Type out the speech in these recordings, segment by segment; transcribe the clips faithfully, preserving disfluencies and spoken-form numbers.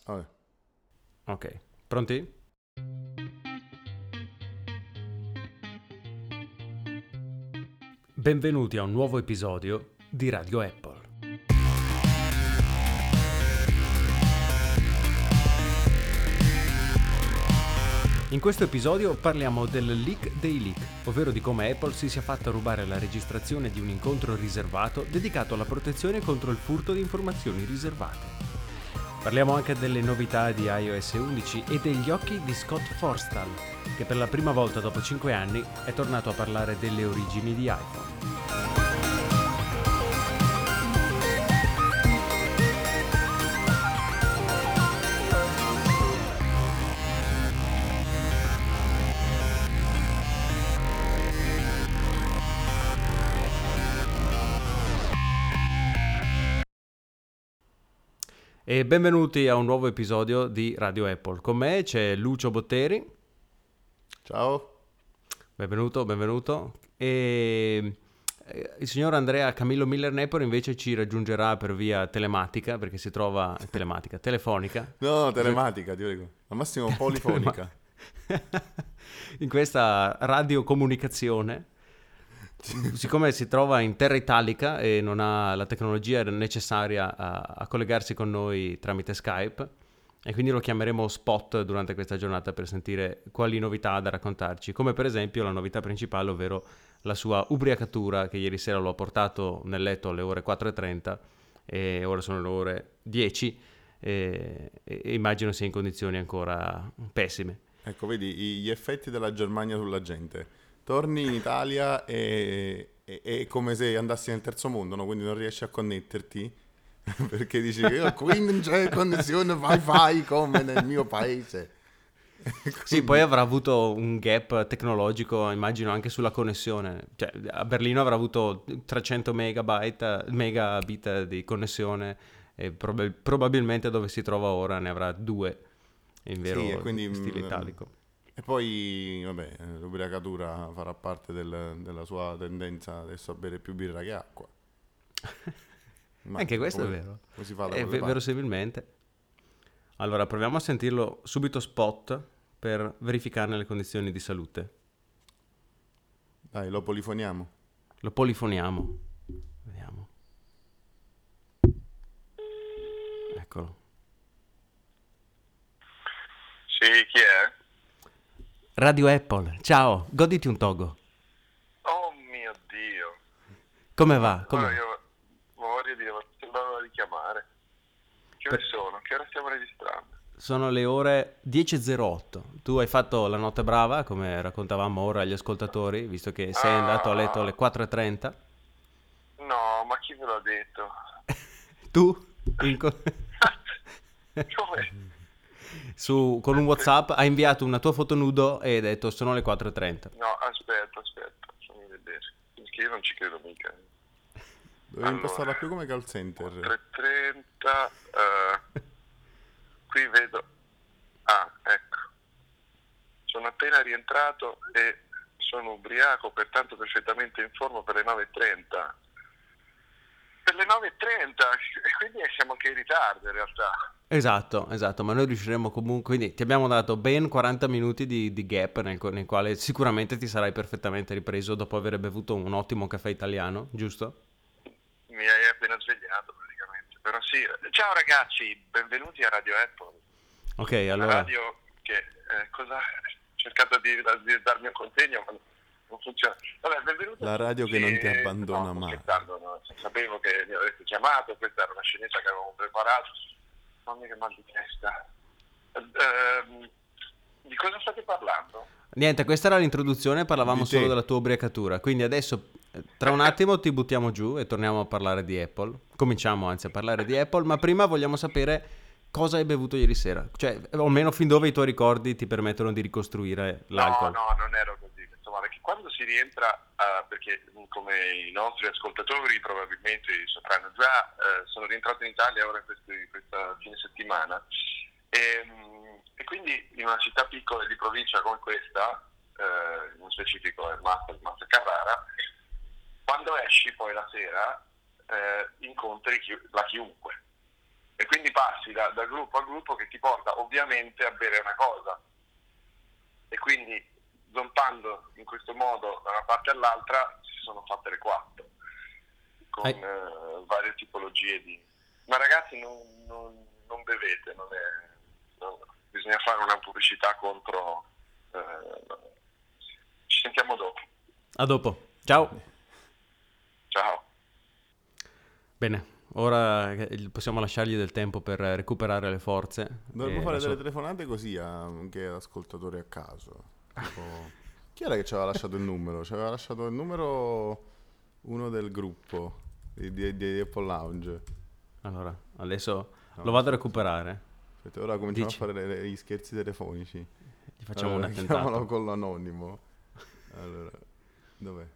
Vabbè. Ok, pronti? Benvenuti a un nuovo episodio di Radio Apple. In questo episodio parliamo del leak dei leak, ovvero di come Apple si sia fatta rubare la registrazione di un incontro riservato dedicato alla protezione contro il furto di informazioni riservate. Parliamo anche delle novità di iOS undici e degli occhi di Scott Forstall, che per la prima volta dopo cinque anni è tornato a parlare delle origini di iPhone. E benvenuti a un nuovo episodio di Radio Apple. Con me c'è Lucio Botteri. Ciao. Benvenuto, benvenuto. E il signor Andrea Camillo Miller-Nepor invece ci raggiungerà per via telematica, perché si trova telematica, telefonica. No, telematica, ti prego. Al massimo polifonica. In questa radiocomunicazione. Siccome si trova in terra italica e non ha la tecnologia necessaria a, a collegarsi con noi tramite Skype, e quindi lo chiameremo Spot durante questa giornata per sentire quali novità ha da raccontarci, come per esempio la novità principale, ovvero la sua ubriacatura, che ieri sera lo ha portato nel letto alle ore quattro e trenta e ora sono le ore dieci e, e immagino sia in condizioni ancora pessime. Ecco, vedi gli effetti della Germania sulla gente. Torni in Italia e è come se andassi nel terzo mondo, no? Quindi non riesci a connetterti perché dici che qui non c'è connessione wifi come nel mio paese. Quindi... Sì, poi avrà avuto un gap tecnologico, immagino, anche sulla connessione. Cioè, a Berlino avrà avuto trecento megabyte, megabit di connessione e prob- probabilmente dove si trova ora ne avrà due, in vero sì, quindi, stile italico. E poi, vabbè, l'ubriacatura farà parte del, della sua tendenza adesso a bere più birra che acqua. Ma anche questo come, è vero. Come si fa da È v- verosimilmente. Allora, proviamo a sentirlo subito Spot per verificarne le condizioni di salute. Dai, lo polifoniamo. Lo polifoniamo. Vediamo. Eccolo. Sì, chi è? Radio Apple, ciao, goditi un togo. Oh mio Dio. Come va? Come... Allora io vorrei dire, ma sembrava richiamare. Che ore per... sono? Che ora stiamo registrando? Sono le ore dieci e zero otto. Tu hai fatto la notte brava, come raccontavamo ora agli ascoltatori, visto che sei ah, andato a letto alle quattro e trenta. No, ma chi ve l'ha detto? Tu? In co... Come? Su, con un WhatsApp hai inviato una tua foto nudo e hai detto sono le quattro e trenta. No, aspetta, aspetta, fammi vedere. Perché io non ci credo mica. Dovevi allora, impostarla più come call center. quattro e trenta, uh, qui vedo... Ah, ecco. Sono appena rientrato e sono ubriaco, pertanto perfettamente in forma per le nove e trenta. Per le nove e trenta, e quindi siamo anche in ritardo in realtà. Esatto, esatto, ma noi riusciremo comunque, quindi ti abbiamo dato ben quaranta minuti di, di gap nel, nel quale sicuramente ti sarai perfettamente ripreso dopo aver bevuto un ottimo caffè italiano, giusto? Mi hai appena svegliato praticamente, però sì. Ciao ragazzi, benvenuti a Radio Apple. Ok, Una allora... radio che, eh, cosa... ho cercato di, di darmi un contegno, ma non funziona. Vabbè, benvenuti. La radio che sì, non ti abbandona no, mai. No? Sapevo che mi avreste chiamato, questa era una scenetta che avevamo preparato. Mamma che mal di testa. Ehm, di cosa state parlando? Niente, questa era l'introduzione, parlavamo Di te. solo della tua ubriacatura, quindi adesso tra un attimo ti buttiamo giù e torniamo a parlare di Apple. Cominciamo anzi a parlare di Apple, ma prima vogliamo sapere cosa hai bevuto ieri sera, cioè o almeno fin dove i tuoi ricordi ti permettono di ricostruire l'alcol. No, no, non ero così. Insomma, perché quando si rientra, uh, perché come i nostri ascoltatori probabilmente sapranno già, uh, sono rientrato in Italia ora in questi, questa fine settimana e, e quindi in una città piccola di provincia come questa, uh, in specifico è Massa, Massa Carrara, quando esci poi la sera uh, incontri chi, la chiunque. e quindi passi da, da gruppo a gruppo che ti porta ovviamente a bere una cosa, e quindi zompando in questo modo da una parte all'altra si sono fatte le quattro con Hai... eh, varie tipologie di... Ma ragazzi, non, non, non bevete, non è, non... bisogna fare una pubblicità contro... Eh... Ci sentiamo dopo. A dopo, ciao. Ciao. Bene, ora possiamo lasciargli del tempo per recuperare le forze. Dovremmo e fare so... delle telefonate così anche ad ascoltatori a caso. Tipo... Chi era che ci aveva lasciato il numero? Ci aveva lasciato il numero uno del gruppo di, di, di Apple Lounge. Allora, adesso no, lo vado a recuperare. Aspetta, ora cominciamo Dici. a fare le, gli scherzi telefonici. Gli facciamo allora, un attentato. Chiamalo con l'anonimo. Allora, dov'è?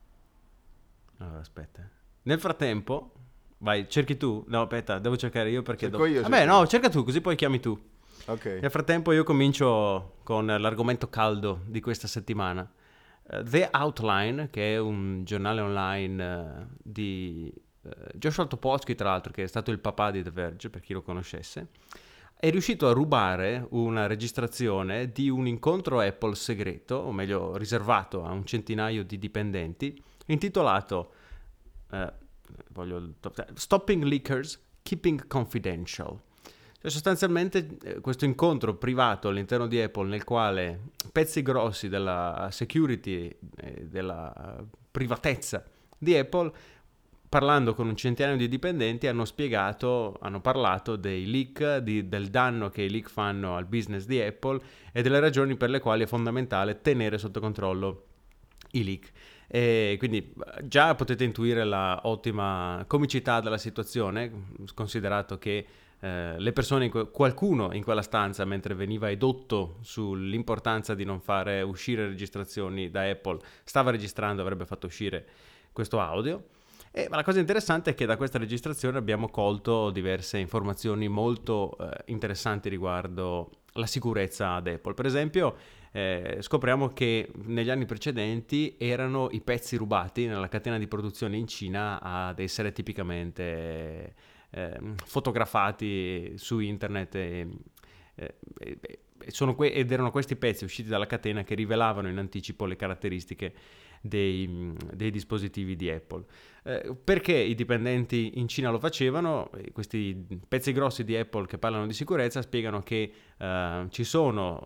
Allora, aspetta. Nel frattempo, vai, cerchi tu. No, aspetta, devo cercare io perché... Cerco do... io, Vabbè, cerco no, io. cerca tu, così poi chiami tu. Ok. Nel frattempo io comincio con l'argomento caldo di questa settimana. Uh, The Outline, che è un giornale online uh, di uh, Joshua Topolsky, tra l'altro, che è stato il papà di The Verge, per chi lo conoscesse, è riuscito a rubare una registrazione di un incontro Apple segreto, o meglio riservato a un centinaio di dipendenti, intitolato uh, voglio, Stopping Leakers, Keeping Confidential. Cioè, sostanzialmente eh, questo incontro privato all'interno di Apple nel quale pezzi grossi della security e della privatezza di Apple, parlando con un centinaio di dipendenti, hanno spiegato, hanno parlato dei leak, di, del danno che i leak fanno al business di Apple e delle ragioni per le quali è fondamentale tenere sotto controllo i leak. E quindi già potete intuire la ottima comicità della situazione, considerato che eh, le persone, in que- qualcuno in quella stanza, mentre veniva edotto sull'importanza di non fare uscire registrazioni da Apple, stava registrando, avrebbe fatto uscire questo audio. E, ma la cosa interessante è che da questa registrazione abbiamo colto diverse informazioni molto eh, interessanti riguardo la sicurezza ad Apple. Per esempio, eh, scopriamo che negli anni precedenti erano i pezzi rubati nella catena di produzione in Cina ad essere tipicamente eh, fotografati su internet e, eh, e, e sono que- ed erano questi pezzi usciti dalla catena che rivelavano in anticipo le caratteristiche dei, dei dispositivi di Apple. Eh, perché i dipendenti in Cina lo facevano? Questi pezzi grossi di Apple che parlano di sicurezza spiegano che eh, ci sono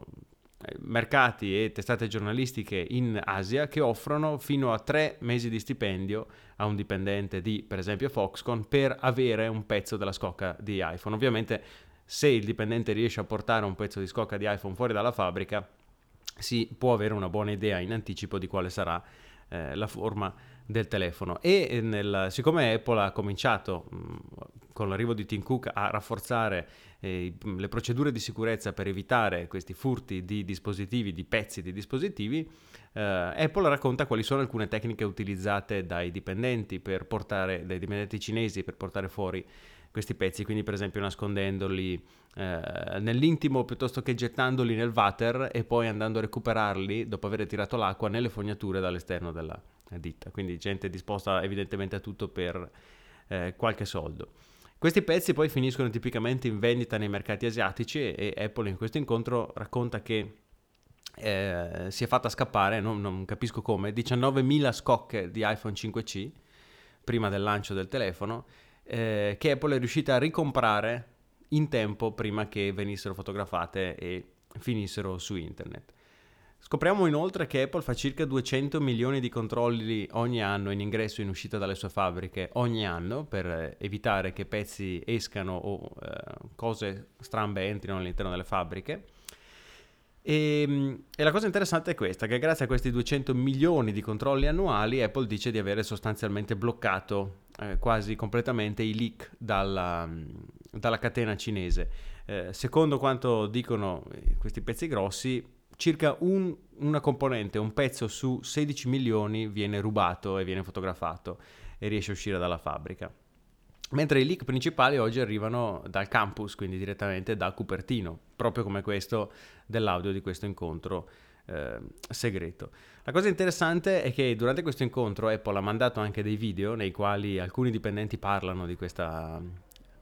mercati e testate giornalistiche in Asia che offrono fino a tre mesi di stipendio a un dipendente di, per esempio, Foxconn per avere un pezzo della scocca di iPhone. Ovviamente, se il dipendente riesce a portare un pezzo di scocca di iPhone fuori dalla fabbrica, si può avere una buona idea in anticipo di quale sarà eh, la forma del telefono. E nel, siccome Apple ha cominciato mh, con l'arrivo di Tim Cook a rafforzare eh, le procedure di sicurezza per evitare questi furti di dispositivi, di pezzi di dispositivi, eh, Apple racconta quali sono alcune tecniche utilizzate dai dipendenti per portare, dai dipendenti cinesi per portare fuori questi pezzi, quindi per esempio nascondendoli eh, nell'intimo piuttosto che gettandoli nel water e poi andando a recuperarli dopo aver tirato l'acqua nelle fognature dall'esterno della ditta. Quindi gente disposta evidentemente a tutto per eh, qualche soldo. Questi pezzi poi finiscono tipicamente in vendita nei mercati asiatici e Apple in questo incontro racconta che eh, si è fatta scappare, non, non capisco come, diciannovemila scocche di iPhone cinque C prima del lancio del telefono, eh, che Apple è riuscita a ricomprare in tempo prima che venissero fotografate e finissero su internet. Scopriamo inoltre che Apple fa circa duecento milioni di controlli ogni anno in ingresso e in uscita dalle sue fabbriche ogni anno per evitare che pezzi escano o eh, cose strambe entrino all'interno delle fabbriche. E, e la cosa interessante è questa, che grazie a questi duecento milioni di controlli annuali Apple dice di avere sostanzialmente bloccato eh, quasi completamente i leak dalla, dalla catena cinese. Eh, secondo quanto dicono questi pezzi grossi, circa un, una componente, un pezzo su sedici milioni viene rubato e viene fotografato e riesce a uscire dalla fabbrica. Mentre i leak principali oggi arrivano dal campus, quindi direttamente da Cupertino, proprio come questo dell'audio di questo incontro eh, segreto. La cosa interessante è che durante questo incontro Apple ha mandato anche dei video nei quali alcuni dipendenti parlano di questa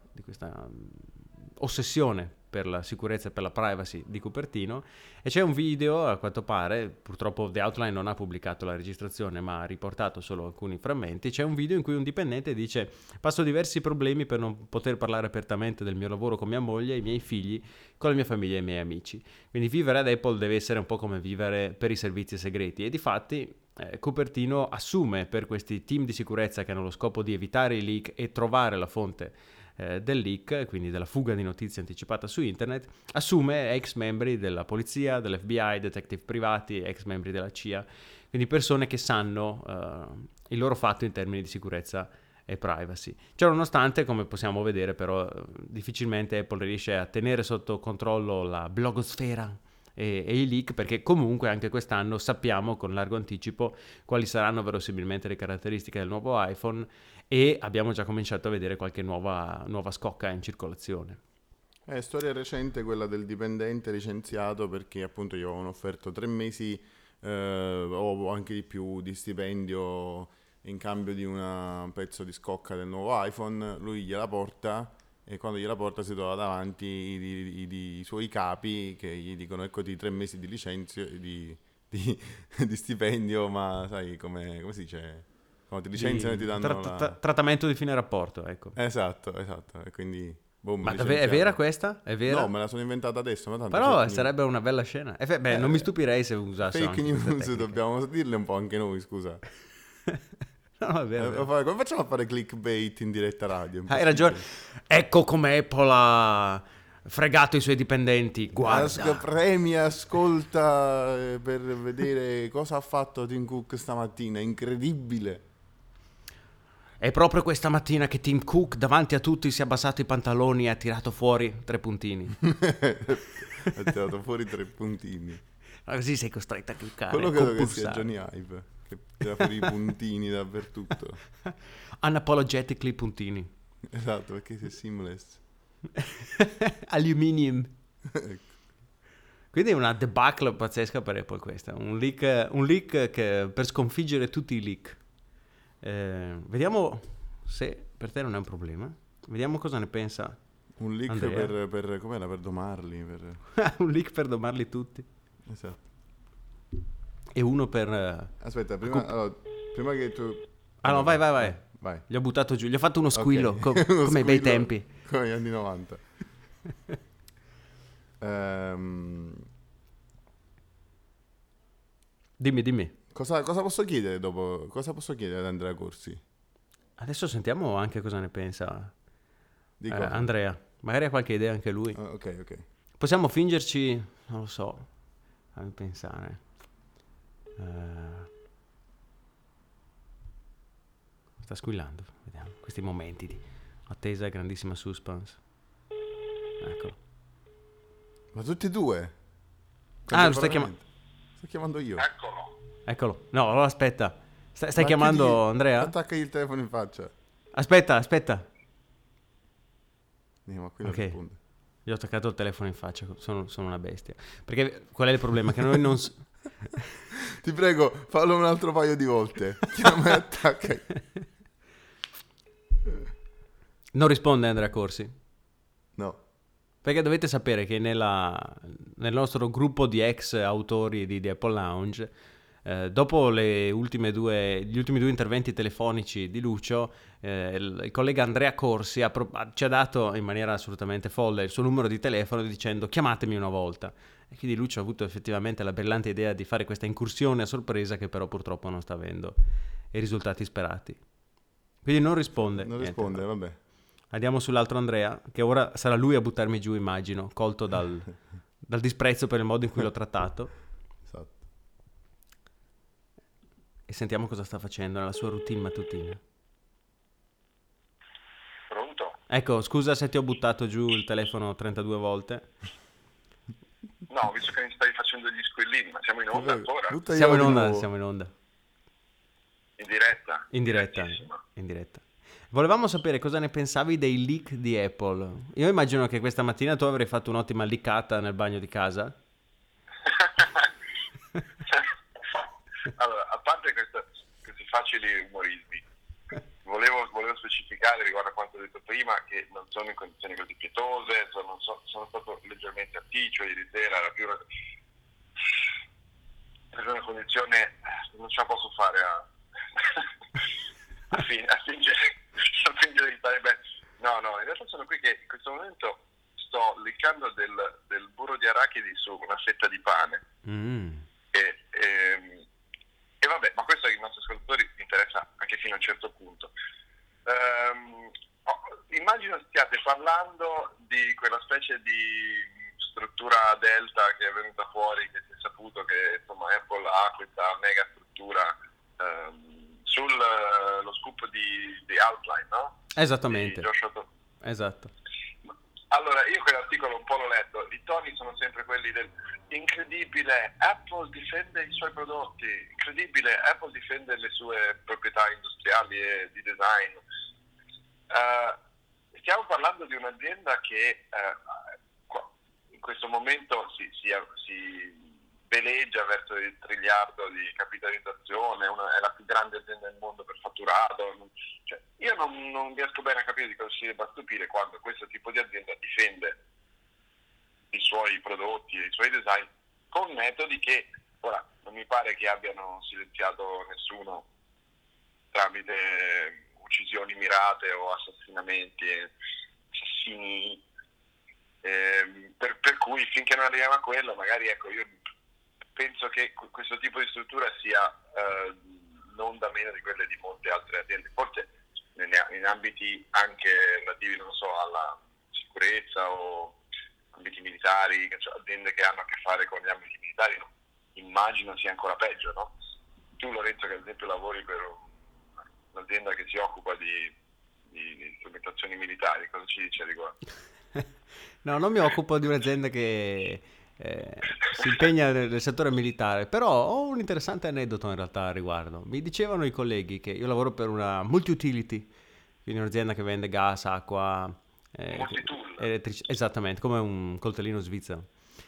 di questa um, ossessione per la sicurezza e per la privacy di Cupertino, e c'è un video, a quanto pare, purtroppo The Outline non ha pubblicato la registrazione ma ha riportato solo alcuni frammenti, c'è un video in cui un dipendente dice: passo diversi problemi per non poter parlare apertamente del mio lavoro con mia moglie, i miei figli, con la mia famiglia e i miei amici. Quindi vivere ad Apple deve essere un po' come vivere per i servizi segreti, e difatti eh, Cupertino assume per questi team di sicurezza che hanno lo scopo di evitare i leak e trovare la fonte del leak, quindi della fuga di notizie anticipata su internet, assume ex membri della polizia, dell'F B I, detective privati, ex membri della C I A, quindi persone che sanno uh, il loro fatto in termini di sicurezza e privacy. Ciò nonostante, come possiamo vedere, però difficilmente Apple riesce a tenere sotto controllo la blogosfera e, e i leak, perché comunque anche quest'anno sappiamo con largo anticipo quali saranno verosimilmente le caratteristiche del nuovo iPhone, e abbiamo già cominciato a vedere qualche nuova, nuova scocca in circolazione. È storia recente quella del dipendente licenziato perché appunto gli avevano offerto tre mesi eh, o anche di più di stipendio in cambio di una, un pezzo di scocca del nuovo iPhone. Lui gliela porta, e quando gliela porta si trova davanti i, i, i, i suoi capi che gli dicono: eccoti tre mesi di licenzio, di, di, di stipendio, ma sai come, come si dice? Quando ti licenziano e ti danno tra- la... tra- trattamento di fine rapporto, ecco. Esatto, esatto, e quindi... Boom, Ma davvero, è vera questa? È vera? No, me la sono inventata adesso, ma tanto però fake sarebbe news. una bella scena. E fe- beh, Eh, non mi stupirei se usassero Fake anche questa news, tecnica. dobbiamo dirle un po' anche noi, scusa. No, è vero, è Eh, vero. come facciamo a fare clickbait in diretta radio? Hai ragione. Ecco come Apple ha fregato i suoi dipendenti. Guarda. Ask Premi ascolta eh, per vedere cosa ha fatto Tim Cook stamattina, incredibile. È proprio questa mattina che Tim Cook davanti a tutti si è abbassato i pantaloni e ha tirato fuori tre puntini. Ha tirato fuori tre puntini. Ma così sei costretto a cliccare. Quello credo che sia compulsare. Johnny Ive, che tira fuori i puntini dappertutto. Unapologetically puntini. Esatto, perché sei seamless. Aluminium. Quindi è una debacle pazzesca per Apple questa. Un leak, un leak che per sconfiggere tutti i leak. Eh, vediamo se per te non è un problema. Vediamo cosa ne pensa Un leak Andrea. per, per... com'era? Per domarli, per... un leak per domarli tutti. Esatto. E uno per... eh, Aspetta, prima, allora, prima che tu... Ah no, vai, vai, vai. Vai. Gli ho buttato giù, gli ho fatto uno squillo, Ok. co- Uno come ai bei squillo tempi. Come gli anni novanta. Ehm, Dimmi, dimmi. cosa, cosa posso chiedere dopo? Cosa posso chiedere ad Andrea Corsi? Adesso sentiamo anche cosa ne pensa Di eh, cosa? Andrea. Magari ha qualche idea anche lui. Ah, ok, ok. Possiamo fingerci, non lo so, fammi pensare. Eh, sta squillando, vediamo. Questi momenti di attesa e grandissima suspense. Eccolo. Ma tutti e due? Ah, lo stai chiamando? Sto chiamando io. Eccolo. Eccolo. No, allora aspetta. Stai, stai Ma chiamando chiudi- Andrea? Attaccagli il telefono in faccia. Aspetta, aspetta. No, ma qui non Ok. risponde. Gli ho attaccato il telefono in faccia, sono, sono una bestia. Perché qual è il problema? Che noi non... s- Ti prego, fallo un altro paio di volte. Chiama e attacca. non risponde Andrea Corsi. No. Perché dovete sapere che nella, nel nostro gruppo di ex autori di, di Apple Lounge, eh, dopo le ultime due, gli ultimi due interventi telefonici di Lucio, eh, il, il collega Andrea Corsi ha pro- ha- ci ha dato in maniera assolutamente folle il suo numero di telefono dicendo chiamatemi una volta. E quindi Lucio ha avuto effettivamente la brillante idea di fare questa incursione a sorpresa che però purtroppo non sta avendo i risultati sperati. Quindi non risponde. Non Niente, risponde, no. vabbè. Andiamo sull'altro Andrea, che ora sarà lui a buttarmi giù, immagino, colto dal, dal disprezzo per il modo in cui l'ho trattato. Esatto. E sentiamo cosa sta facendo nella sua routine mattutina. Pronto? Ecco, scusa se ti ho buttato giù il telefono trentadue volte. No, visto che mi stai facendo gli squillini, ma siamo in Ti onda prego, ancora? buttaglielo Siamo in di onda, nuovo. siamo in onda. In diretta? In diretta, Direttissima. in diretta. Volevamo sapere cosa ne pensavi dei leak di Apple. Io immagino che questa mattina tu avrai fatto un'ottima leakata nel bagno di casa. Allora, a parte questa- questi facili umorismi, volevo, volevo specificare riguardo a quanto ho detto prima che non sono in condizioni così pietose, sono, sono, sono stato leggermente atticcio ieri sera, era più una, era una condizione, non ce la posso fare a, a, fin, a, fingere, a fingere di stare bene. No, no, in realtà sono qui che in questo momento sto leccando del, del burro di arachidi su una fetta di pane. Mm. E, e, e vabbè, ma questo ai nostri ascoltatori interessa anche fino a un certo punto. Um, oh, immagino stiate parlando di quella specie di struttura delta che è venuta fuori, che si è saputo che insomma Apple ha questa mega struttura um, sul uh, lo scoop di, di Outline, no? Esattamente. Di Joshua To- Esatto. Allora, io quell'articolo un po' l'ho letto, i toni sono sempre quelli del incredibile, Apple difende i suoi prodotti, incredibile, Apple difende le sue proprietà industriali e di design. Uh, stiamo parlando di un'azienda che uh, in questo momento si, si, si veleggia verso il triliardo di capitalizzazione, una, è la più grande azienda del mondo per fatturato. Cioè, io non, non riesco bene a capire di cosa si debba stupire quando questo tipo di azienda difende i suoi prodotti e i suoi design con metodi che, ora, non mi pare che abbiano silenziato nessuno tramite uccisioni mirate o assassinamenti, assassini, eh, per, per cui finché non arriviamo a quello, magari ecco, io penso che questo tipo di struttura sia eh, non da meno di quelle di molte altre aziende, forse in ambiti anche relativi, non so, alla sicurezza o ambiti militari, cioè aziende che hanno a che fare con gli ambiti militari, no? Immagino sia ancora peggio, no? Tu, Lorenzo, che ad esempio lavori per un'azienda che si occupa di, di, di strumentazioni militari, cosa ci dice a riguardo? No, non mi occupo di un'azienda che eh, si impegna nel, nel settore militare, però ho un interessante aneddoto in realtà a riguardo. Mi dicevano i colleghi che io lavoro per una multi-utility, quindi un'azienda che vende gas, acqua, eh, elettrici- esattamente, come un coltellino svizzero.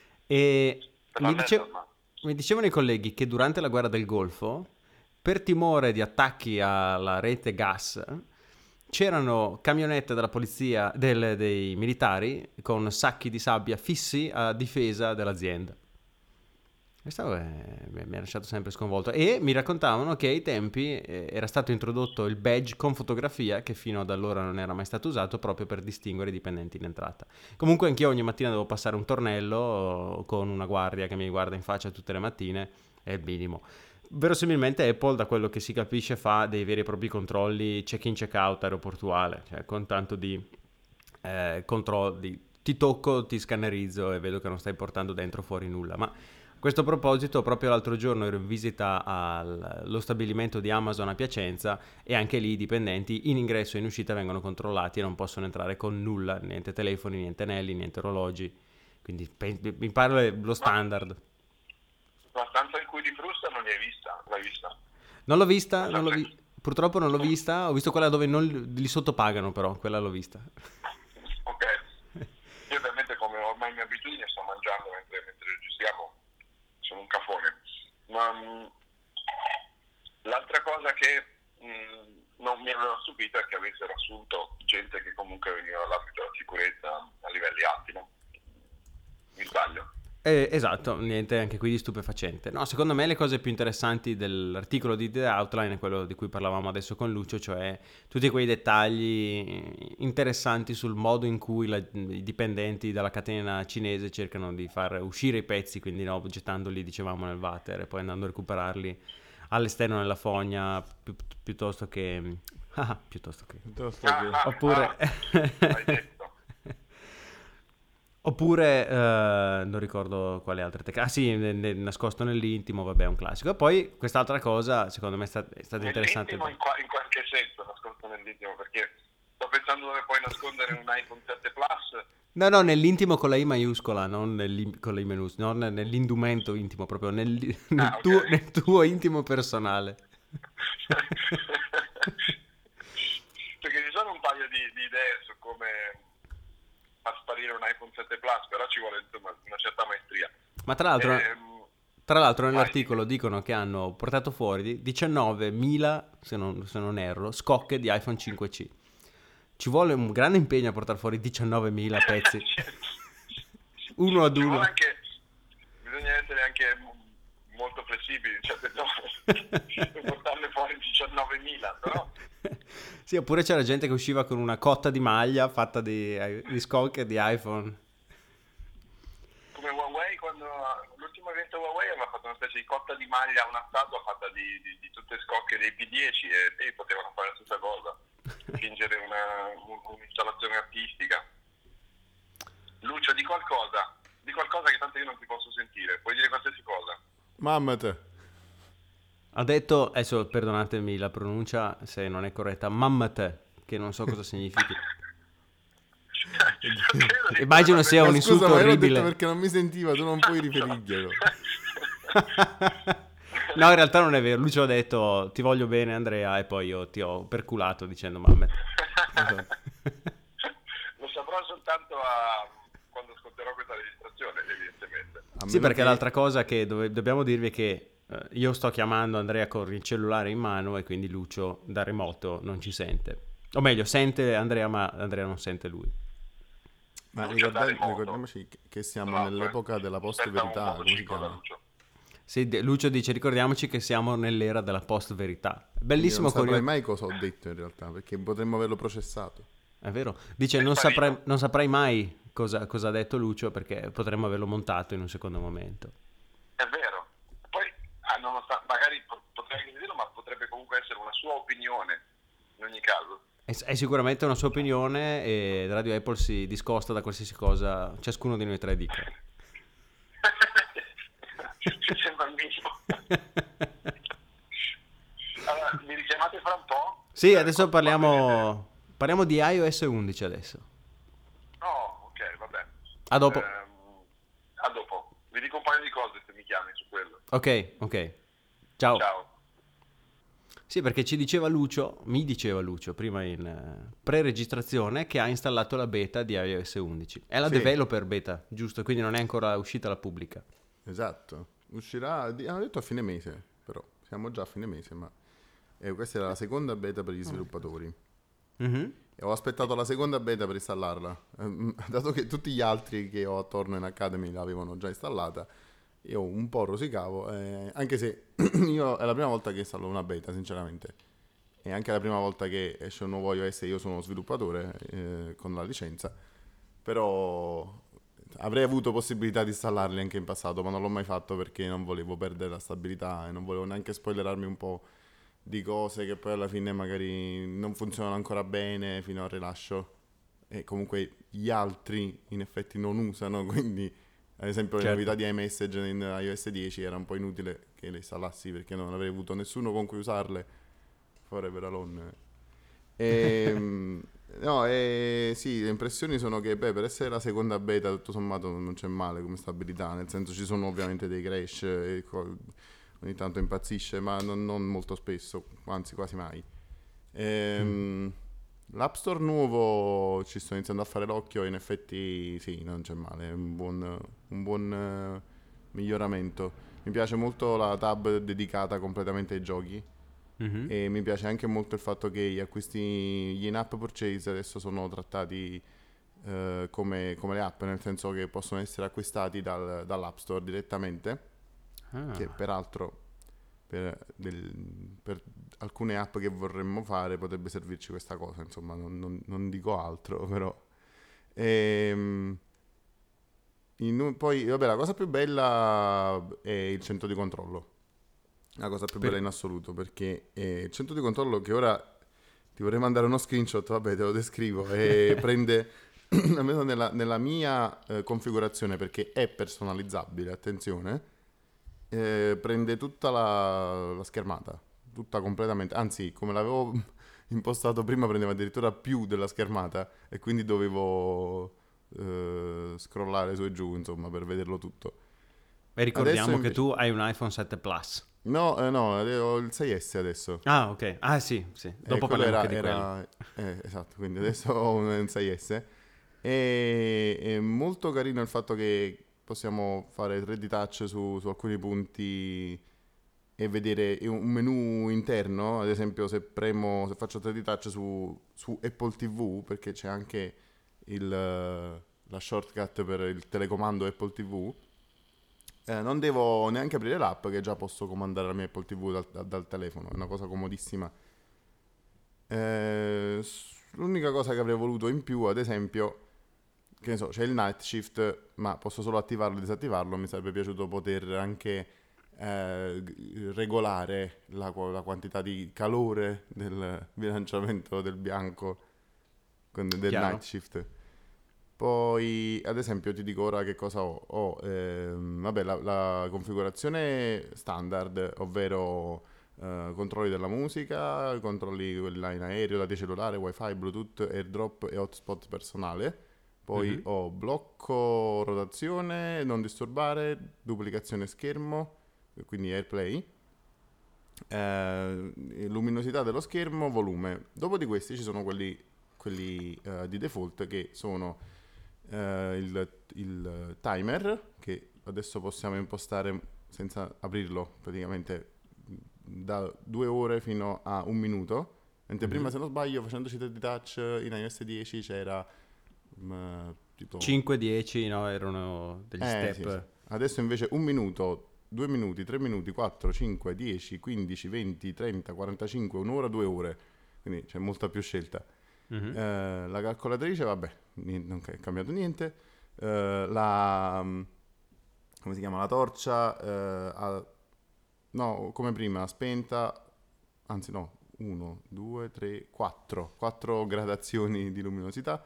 E mi, dice- mi dicevano i colleghi che durante la guerra del Golfo, per timore di attacchi alla rete gas, c'erano camionette della polizia, del- dei militari, con sacchi di sabbia fissi a difesa dell'azienda. Questo è- mi ha lasciato sempre sconvolto. E mi raccontavano che ai tempi eh, era stato introdotto il badge con fotografia, che fino ad allora non era mai stato usato, proprio per distinguere i dipendenti in entrata. Comunque anch'io ogni mattina devo passare un tornello con una guardia che mi guarda in faccia tutte le mattine, è il minimo. Verosimilmente Apple, da quello che si capisce, fa dei veri e propri controlli check-in, check-out aeroportuale, cioè con tanto di eh, controlli. Ti tocco, ti scannerizzo e vedo che non stai portando dentro o fuori nulla. Ma a questo proposito, proprio l'altro giorno ero in visita allo stabilimento di Amazon a Piacenza e anche lì i dipendenti in ingresso e in uscita vengono controllati e non possono entrare con nulla, niente telefoni, niente anelli, niente orologi. Quindi pe- mi pare lo standard. La stanza in cui ti frusta non l'hai vista? L'hai vista? Non l'ho vista, non l'ho vi- purtroppo non l'ho vista, ho visto quella dove non li sottopagano però, quella l'ho vista. Ok, io ovviamente come ormai mia abitudine sto mangiando mentre, mentre registriamo, sono un cafone, ma mh, l'altra cosa che mh, non mi aveva stupito è che avessero assunto gente che comunque veniva dall'ambito della sicurezza a livelli alti, no? Mi sbaglio? Eh, esatto, niente anche qui di stupefacente. No, secondo me le cose più interessanti dell'articolo di The Outline è quello di cui parlavamo adesso con Lucio, cioè tutti quei dettagli interessanti sul modo in cui la, i dipendenti dalla catena cinese cercano di far uscire i pezzi, quindi no, gettandoli, dicevamo, nel water e poi andando a recuperarli all'esterno nella fogna pi- piuttosto che... Ah, piuttosto che... Piuttosto che... Ah, Oppure... ah, hai detto. Oppure, eh, non ricordo quale altre tecniche. Ah sì, ne- ne- nascosto nell'intimo, vabbè, è un classico. E poi quest'altra cosa, secondo me, è, sta- è stata interessante. Nell'intimo in, qua- in qualche senso, nascosto nell'intimo, perché sto pensando dove puoi nascondere un iPhone sette Plus. No, no, nell'intimo con la I maiuscola, non nell'im- con la I minuscola, non nell'indumento intimo, proprio nel, nel, Ah, ok. tuo, nel tuo intimo personale. Perché ci sono un paio di, di idee su come far sparire un iPhone sette Plus, però ci vuole insomma una certa maestria. Ma tra l'altro, Ehm, tra Tra l'altro nell'articolo dicono che hanno portato fuori diciannovemila, se non, se non erro, scocche di iPhone cinque C. Ci vuole un grande impegno a portare fuori diciannovemila pezzi, uno ad Ci uno. vuole anche, bisogna essere anche molto flessibili, cioè per portarne fuori diciannovemila, però... Sì, oppure c'era gente che usciva con una cotta di maglia fatta di, di scocche di iPhone. Come Huawei, quando l'ultimo evento Huawei aveva fatto una specie di cotta di maglia, una statua fatta di, di, di tutte scocche dei P dieci, e lì potevano fare la stessa cosa, fingere una, un'installazione artistica. Lucio, di qualcosa, di qualcosa che tanto io non ti posso sentire, puoi dire qualsiasi cosa. Mamma te. Ha detto, adesso perdonatemi la pronuncia se non è corretta, mammate, che non so cosa significhi. Immagino sia Ma un scusa, insulto ma io l'ho orribile. detto perché non mi sentiva, tu non puoi riferirglielo. No, in realtà non è vero. Lucio ha detto ti voglio bene Andrea e poi io ti ho perculato dicendo mammate. Lo saprò soltanto a... quando ascolterò questa registrazione, evidentemente. A Sì, meno perché che- l'altra cosa che dove- dobbiamo dirvi è che eh, io sto chiamando Andrea con il cellulare in mano e quindi Lucio da remoto non ci sente. O meglio, sente Andrea ma Andrea non sente lui. Ma Lucio ricorda- da remoto. ricordiamoci che- che siamo No, nell'epoca della aspetta post-verità, un come si ciclo da chiama? Lucio. Sì, de- Lucio dice ricordiamoci che siamo nell'era della post-verità. Quindi Bellissimo non saprai curioso. mai cosa ho detto in realtà, perché potremmo averlo processato. È vero. Dice È non sparito. saprai, non saprai mai cosa, cosa ha detto Lucio perché potremmo averlo montato in un secondo momento. È vero. Poi, ah, nonostante, magari po- potrei anche dirlo, ma potrebbe comunque essere una sua opinione, in ogni caso. È, è sicuramente una sua opinione e Radio Apple si discosta da qualsiasi cosa ciascuno di noi tre dica. Mi sembra il minimo. Allora, mi richiamate fra un po'? Sì, Eh, adesso quando- quando parliamo, parliamo di iOS undici adesso. vedete- Oh, ok, va bene. A dopo. Ehm, a dopo. Vi dico un paio di cose se mi chiami su quello. Ok, ok. Ciao. Ciao. Sì, perché ci diceva Lucio, mi diceva Lucio prima in eh, pre-registrazione che ha installato la beta di iOS undici. È la Sì. developer beta, giusto? Quindi non è ancora uscita la pubblica. Esatto. Uscirà, di- hanno detto a fine mese, però siamo già a fine mese, ma eh, questa era la seconda beta per gli sviluppatori. Mhm. E ho aspettato la seconda beta per installarla. Ehm, dato che tutti gli altri che ho attorno in Academy l'avevano già installata, io un po' rosicavo, eh, anche se io è la prima volta che installo una beta, sinceramente. E anche la prima volta che esce un nuovo iOS, io sono sviluppatore eh, con la licenza, però avrei avuto possibilità di installarli anche in passato, ma non l'ho mai fatto perché non volevo perdere la stabilità e non volevo neanche spoilerarmi un po' di cose che poi alla fine magari non funzionano ancora bene fino al rilascio e comunque gli altri in effetti non usano, quindi ad esempio Certo. le novità di iMessage in iOS dieci era un po' inutile che le installassi perché non avrei avuto nessuno con cui usarle forever alone. E, no, e sì, le impressioni sono che beh, per essere la seconda beta tutto sommato non c'è male come stabilità, nel senso ci sono ovviamente dei crash e co- ogni tanto impazzisce, ma non, non molto spesso, anzi quasi mai. Ehm, L'App Store nuovo ci sto iniziando a fare l'occhio e in effetti sì, non c'è male, è un buon, un buon eh, miglioramento. Mi piace molto la tab dedicata completamente ai giochi. Mhm. E mi piace anche molto il fatto che gli acquisti, gli in-app purchase adesso sono trattati eh, come, come le app, nel senso che possono essere acquistati dal- dall'App Store direttamente, Ah. che peraltro per, del- per alcune app che vorremmo fare potrebbe servirci questa cosa, insomma non, non- non dico altro, però... Ehm, in- poi, vabbè, la cosa più bella è il centro di controllo. La cosa più Per- bella in assoluto, perché eh, il centro di controllo che ora ti vorrei mandare uno screenshot, vabbè, te lo descrivo, e prende, almeno nella, nella mia eh, configurazione, perché è personalizzabile, attenzione, eh, prende tutta la, la schermata, tutta completamente, anzi, come l'avevo impostato prima, prendeva addirittura più della schermata, e quindi dovevo eh, scrollare su e giù, insomma, per vederlo tutto. E ricordiamo Adesso che invece- tu hai un iPhone sette Plus. No, eh, no, eh, ho il sei S adesso. Ah, ok. Ah, sì, sì. Eh, Dopo quello parliamo era, anche di quello. era- eh, esatto, quindi adesso ho un, un sei S. E è molto carino il fatto che possiamo fare tre D touch su, su alcuni punti e vedere un menu interno. Ad esempio, se premo, se faccio tre D touch su, su Apple ti vu, perché c'è anche il, la shortcut per il telecomando Apple ti vu, eh, non devo neanche aprire l'app, che già posso comandare la mia Apple ti vu dal, dal, dal telefono. È una cosa comodissima. Eh, l'unica cosa che avrei voluto in più, ad esempio, che ne so, c'è il night shift, ma posso solo attivarlo e disattivarlo. Mi sarebbe piaciuto poter anche eh, regolare la, la quantità di calore del bilanciamento del bianco con- del Chiaro. night shift. Poi, ad esempio, ti dico ora che cosa ho. Ho ehm, vabbè, la, la configurazione standard, ovvero eh, controlli della musica, controlli quelli là in aereo, dati cellulare, wifi, bluetooth, airdrop e hotspot personale. Poi Mhm. ho blocco rotazione, non disturbare, duplicazione schermo, quindi AirPlay, eh, luminosità dello schermo, volume. Dopo di questi ci sono quelli, quelli eh, di default, che sono eh, il, il timer, che adesso possiamo impostare senza aprirlo, praticamente da due ore fino a un minuto. Mentre Mhm. prima, se non sbaglio, facendoci tre D touch in iOS dieci c'era mm, tipo... cinque dieci, no, erano degli Eh, step. sì, sì. Adesso invece un minuto, due minuti, tre minuti, quattro, cinque, dieci, quindici, venti, trenta, quarantacinque, un'ora, due ore. Quindi c'è molta più scelta. Mhm. Eh, la calcolatrice, vabbè, ni- non è cambiato niente. Eh, la... mm, come si chiama? La torcia, eh, ha- no, come prima, spenta, anzi no, uno, due, tre, quattro. quattro gradazioni di luminosità.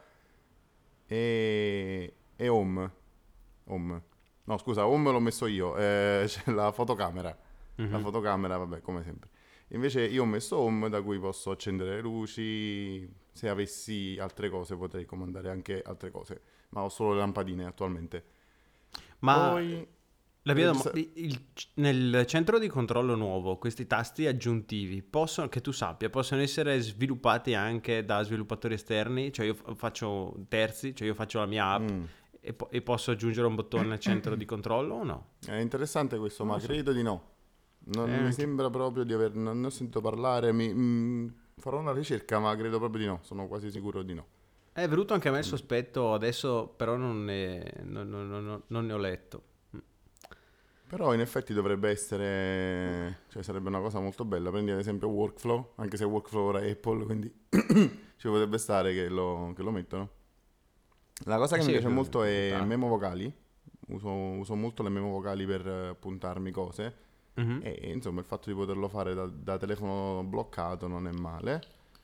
E, e home. Home. No, scusa, home l'ho messo io. eh, c'è la fotocamera. La Mhm. fotocamera, vabbè, come sempre. Invece io ho messo home, da cui posso accendere le luci. Se avessi altre cose potrei comandare anche altre cose, ma ho solo le lampadine attualmente. Ma Poi la mia dom- registra- il- il- nel centro di controllo nuovo, questi tasti aggiuntivi possono, che tu sappia, possono essere sviluppati anche da sviluppatori esterni, cioè io fa- faccio terzi, cioè io faccio la mia app Mm, e, po- e posso aggiungere un bottone al centro di controllo o no? è interessante questo, Non ma lo so. credo di no. Non Eh, mi anche- sembra proprio di aver... Non ne ho sentito parlare. Mi, mm, farò una ricerca, ma credo proprio di no. Sono quasi sicuro di no. È venuto anche a me il sospetto, adesso però non ne, non- non- non- non ne ho letto. Mm. Però in effetti dovrebbe essere, cioè sarebbe una cosa molto bella. Prendi ad esempio Workflow, anche se Workflow ora è Apple, quindi ci potrebbe stare che lo, che lo mettono. La cosa Eh che mi sì, piace che- molto è dai. memo vocali. Uso, uso molto le memo vocali per eh, appuntarmi cose. Mhm. E insomma il fatto di poterlo fare da, da telefono bloccato non è male.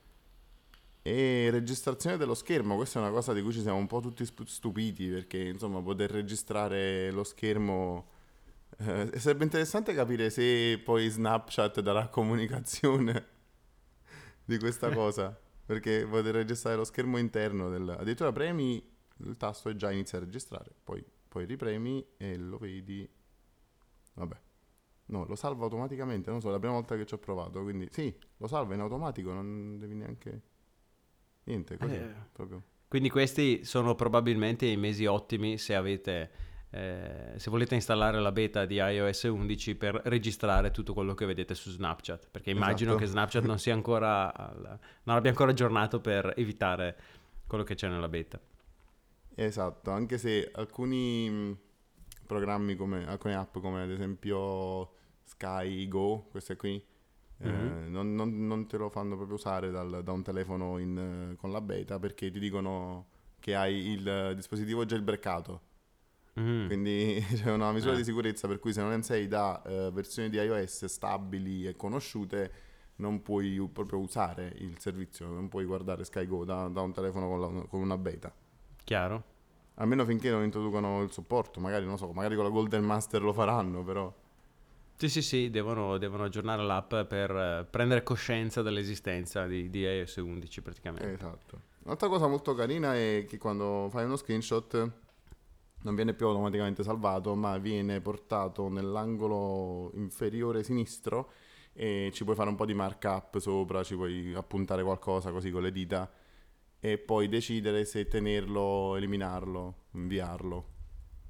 E registrazione dello schermo, questa è una cosa di cui ci siamo un po' tutti sp- stupiti, perché insomma poter registrare lo schermo eh, sarebbe interessante capire se poi Snapchat darà comunicazione di questa cosa, perché poter registrare lo schermo interno del... addirittura premi il tasto e già inizia a registrare, poi, poi ripremi e lo vedi, vabbè. No, lo salva automaticamente, non so, è la prima volta che ci ho provato, quindi sì, lo salva in automatico, non devi neanche... niente, così, Eh, proprio. Quindi questi sono probabilmente i mesi ottimi se avete, eh, se volete installare la beta di iOS undici per registrare tutto quello che vedete su Snapchat, perché immagino Esatto. che Snapchat non sia ancora, al- non abbia ancora aggiornato per evitare quello che c'è nella beta. Esatto, anche se alcuni mh, programmi come alcune app come ad esempio Sky Go, queste qui, eh, Mhm. non, non- non te lo fanno proprio usare dal- da un telefono in, eh, con la beta, perché ti dicono che hai il eh, dispositivo jailbreakato. Mhm. Quindi c'è una misura Eh. di sicurezza per cui se non sei da eh, versioni di iOS stabili e conosciute non puoi u- proprio usare il servizio, non puoi guardare Sky Go da, da un telefono con, la- con una beta. Chiaro? Almeno finché non introducono il supporto, magari non so, magari con la Golden Master lo faranno, però. Sì, sì, sì, devono, devono aggiornare l'app per eh, prendere coscienza dell'esistenza di, di iOS undici praticamente. Esatto. Un'altra cosa molto carina è che quando fai uno screenshot non viene più automaticamente salvato, ma viene portato nell'angolo inferiore sinistro e ci puoi fare un po' di markup sopra, ci puoi appuntare qualcosa così con le dita e poi decidere se tenerlo, eliminarlo, inviarlo.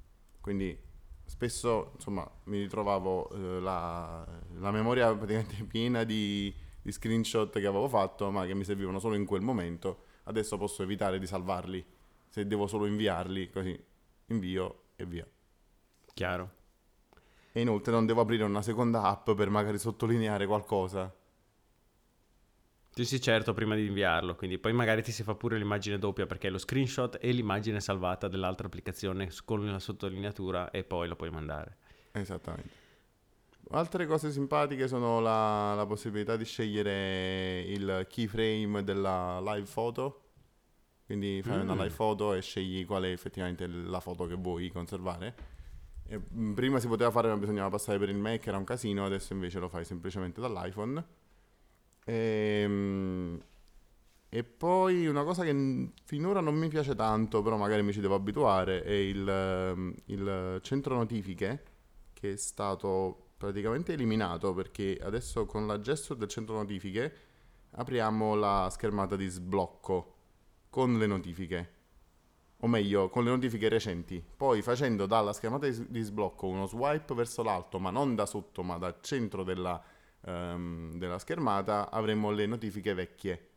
quindi spesso insomma mi ritrovavo eh, la, la memoria praticamente piena di, di screenshot che avevo fatto ma che mi servivano solo in quel momento. Adesso posso evitare di salvarli, se devo solo inviarli, così invio e via. Chiaro. E inoltre non devo aprire una seconda app per magari sottolineare qualcosa. Sì, sì, certo, prima di inviarlo, quindi poi magari ti si fa pure l'immagine doppia perché è lo screenshot e l'immagine salvata dell'altra applicazione con la sottolineatura e poi lo puoi mandare. Esattamente. Altre cose simpatiche sono la, la possibilità di scegliere il keyframe della live photo. Quindi fai Mm. una live photo e scegli qual è effettivamente la foto che vuoi conservare. E, mh, prima si poteva fare ma bisognava passare per il Mac, era un casino, adesso invece lo fai semplicemente dall'iPhone. E, mh, e poi una cosa che n- finora non mi piace tanto, però magari mi ci devo abituare, è il, ehm, il centro notifiche, che è stato praticamente eliminato perché adesso con la gesture del centro notifiche apriamo la schermata di sblocco con le notifiche, o meglio con le notifiche recenti. Poi facendo dalla schermata di, di sblocco uno swipe verso l'alto, ma non da sotto ma dal centro della, ehm, della schermata, avremo le notifiche vecchie.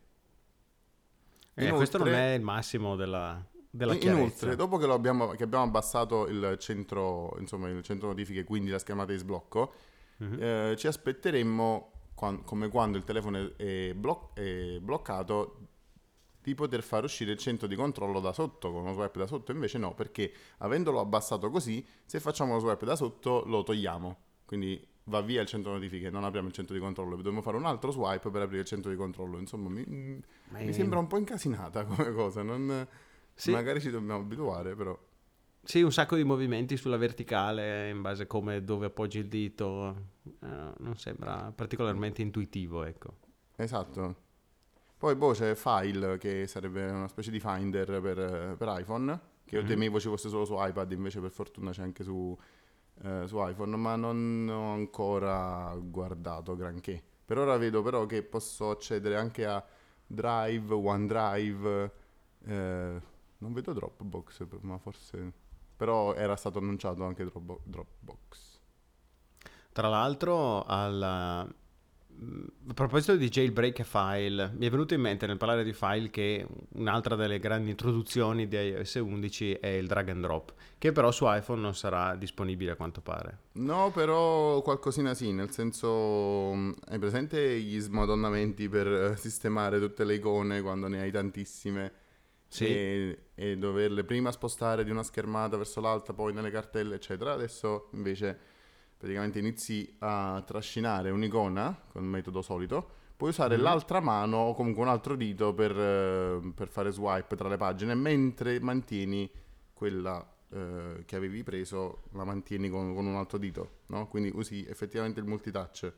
Eh, questo non Inoltre, è il massimo della, della in- chiarezza. inoltre, dopo che, lo abbiamo, che abbiamo abbassato il centro, insomma, il centro notifiche, quindi la schermata di sblocco, Mhm. eh, ci aspetteremmo, quan- come quando il telefono è, è bloc- è bloccato, di poter far uscire il centro di controllo da sotto, con uno swipe da sotto. Invece no, perché avendolo abbassato così, se facciamo uno swipe da sotto lo togliamo, quindi va via il centro notifiche, non apriamo il centro di controllo, dobbiamo fare un altro swipe per aprire il centro di controllo. Insomma, mi, Ma mi è- sembra un po' incasinata come cosa, non... Sì, magari ci dobbiamo abituare, però. sì, un sacco di movimenti sulla verticale in base a come e dove appoggi il dito. Eh, non sembra particolarmente intuitivo, ecco. Esatto. Poi boh, c'è File, che sarebbe una specie di Finder per, per iPhone, che io Mhm. temevo ci fosse solo su iPad, invece per fortuna c'è anche su, eh, su iPhone, ma non ho ancora guardato granché. Per ora vedo però che posso accedere anche a Drive, OneDrive, eh, non vedo Dropbox, ma forse... però era stato annunciato anche Dropbo- Dropbox. Tra l'altro, alla- mm, a proposito di jailbreak e file, mi è venuto in mente nel parlare di file che un'altra delle grandi introduzioni di iOS undici è il drag and drop, che però su iPhone non sarà disponibile a quanto pare. No, però qualcosina sì, nel senso, mh, hai presente gli smadonnamenti per eh, sistemare tutte le icone quando ne hai tantissime Sì, e, e doverle prima spostare di una schermata verso l'altra, poi nelle cartelle, eccetera. Adesso invece praticamente inizi a trascinare un'icona con il metodo solito, puoi usare mhm. l'altra mano o comunque un altro dito per, eh, per fare swipe tra le pagine mentre mantieni quella eh, che avevi preso, la mantieni con, con un altro dito, no? Quindi usi effettivamente il multitouch.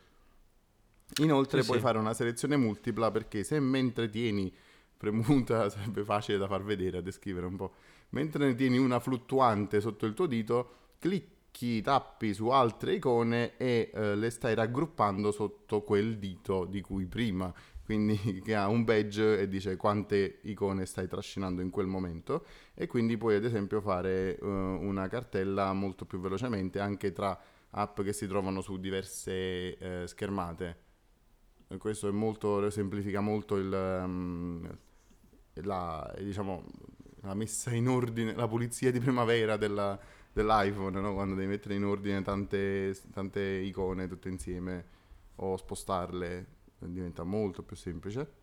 Sì, Inoltre puoi sì. fare una selezione multipla perché se mentre tieni premuta, sarebbe facile da far vedere, a descrivere un po', mentre ne tieni una fluttuante sotto il tuo dito, clicchi, tappi su altre icone e eh, le stai raggruppando sotto quel dito di cui prima, quindi che ha un badge e dice quante icone stai trascinando in quel momento, e quindi puoi ad esempio fare eh, una cartella molto più velocemente anche tra app che si trovano su diverse eh, schermate. E questo è molto, semplifica molto il, ehm, la, diciamo, la messa in ordine, la pulizia di primavera della- dell'iPhone, no? Quando devi mettere in ordine tante, tante icone tutte insieme o spostarle, diventa molto più semplice.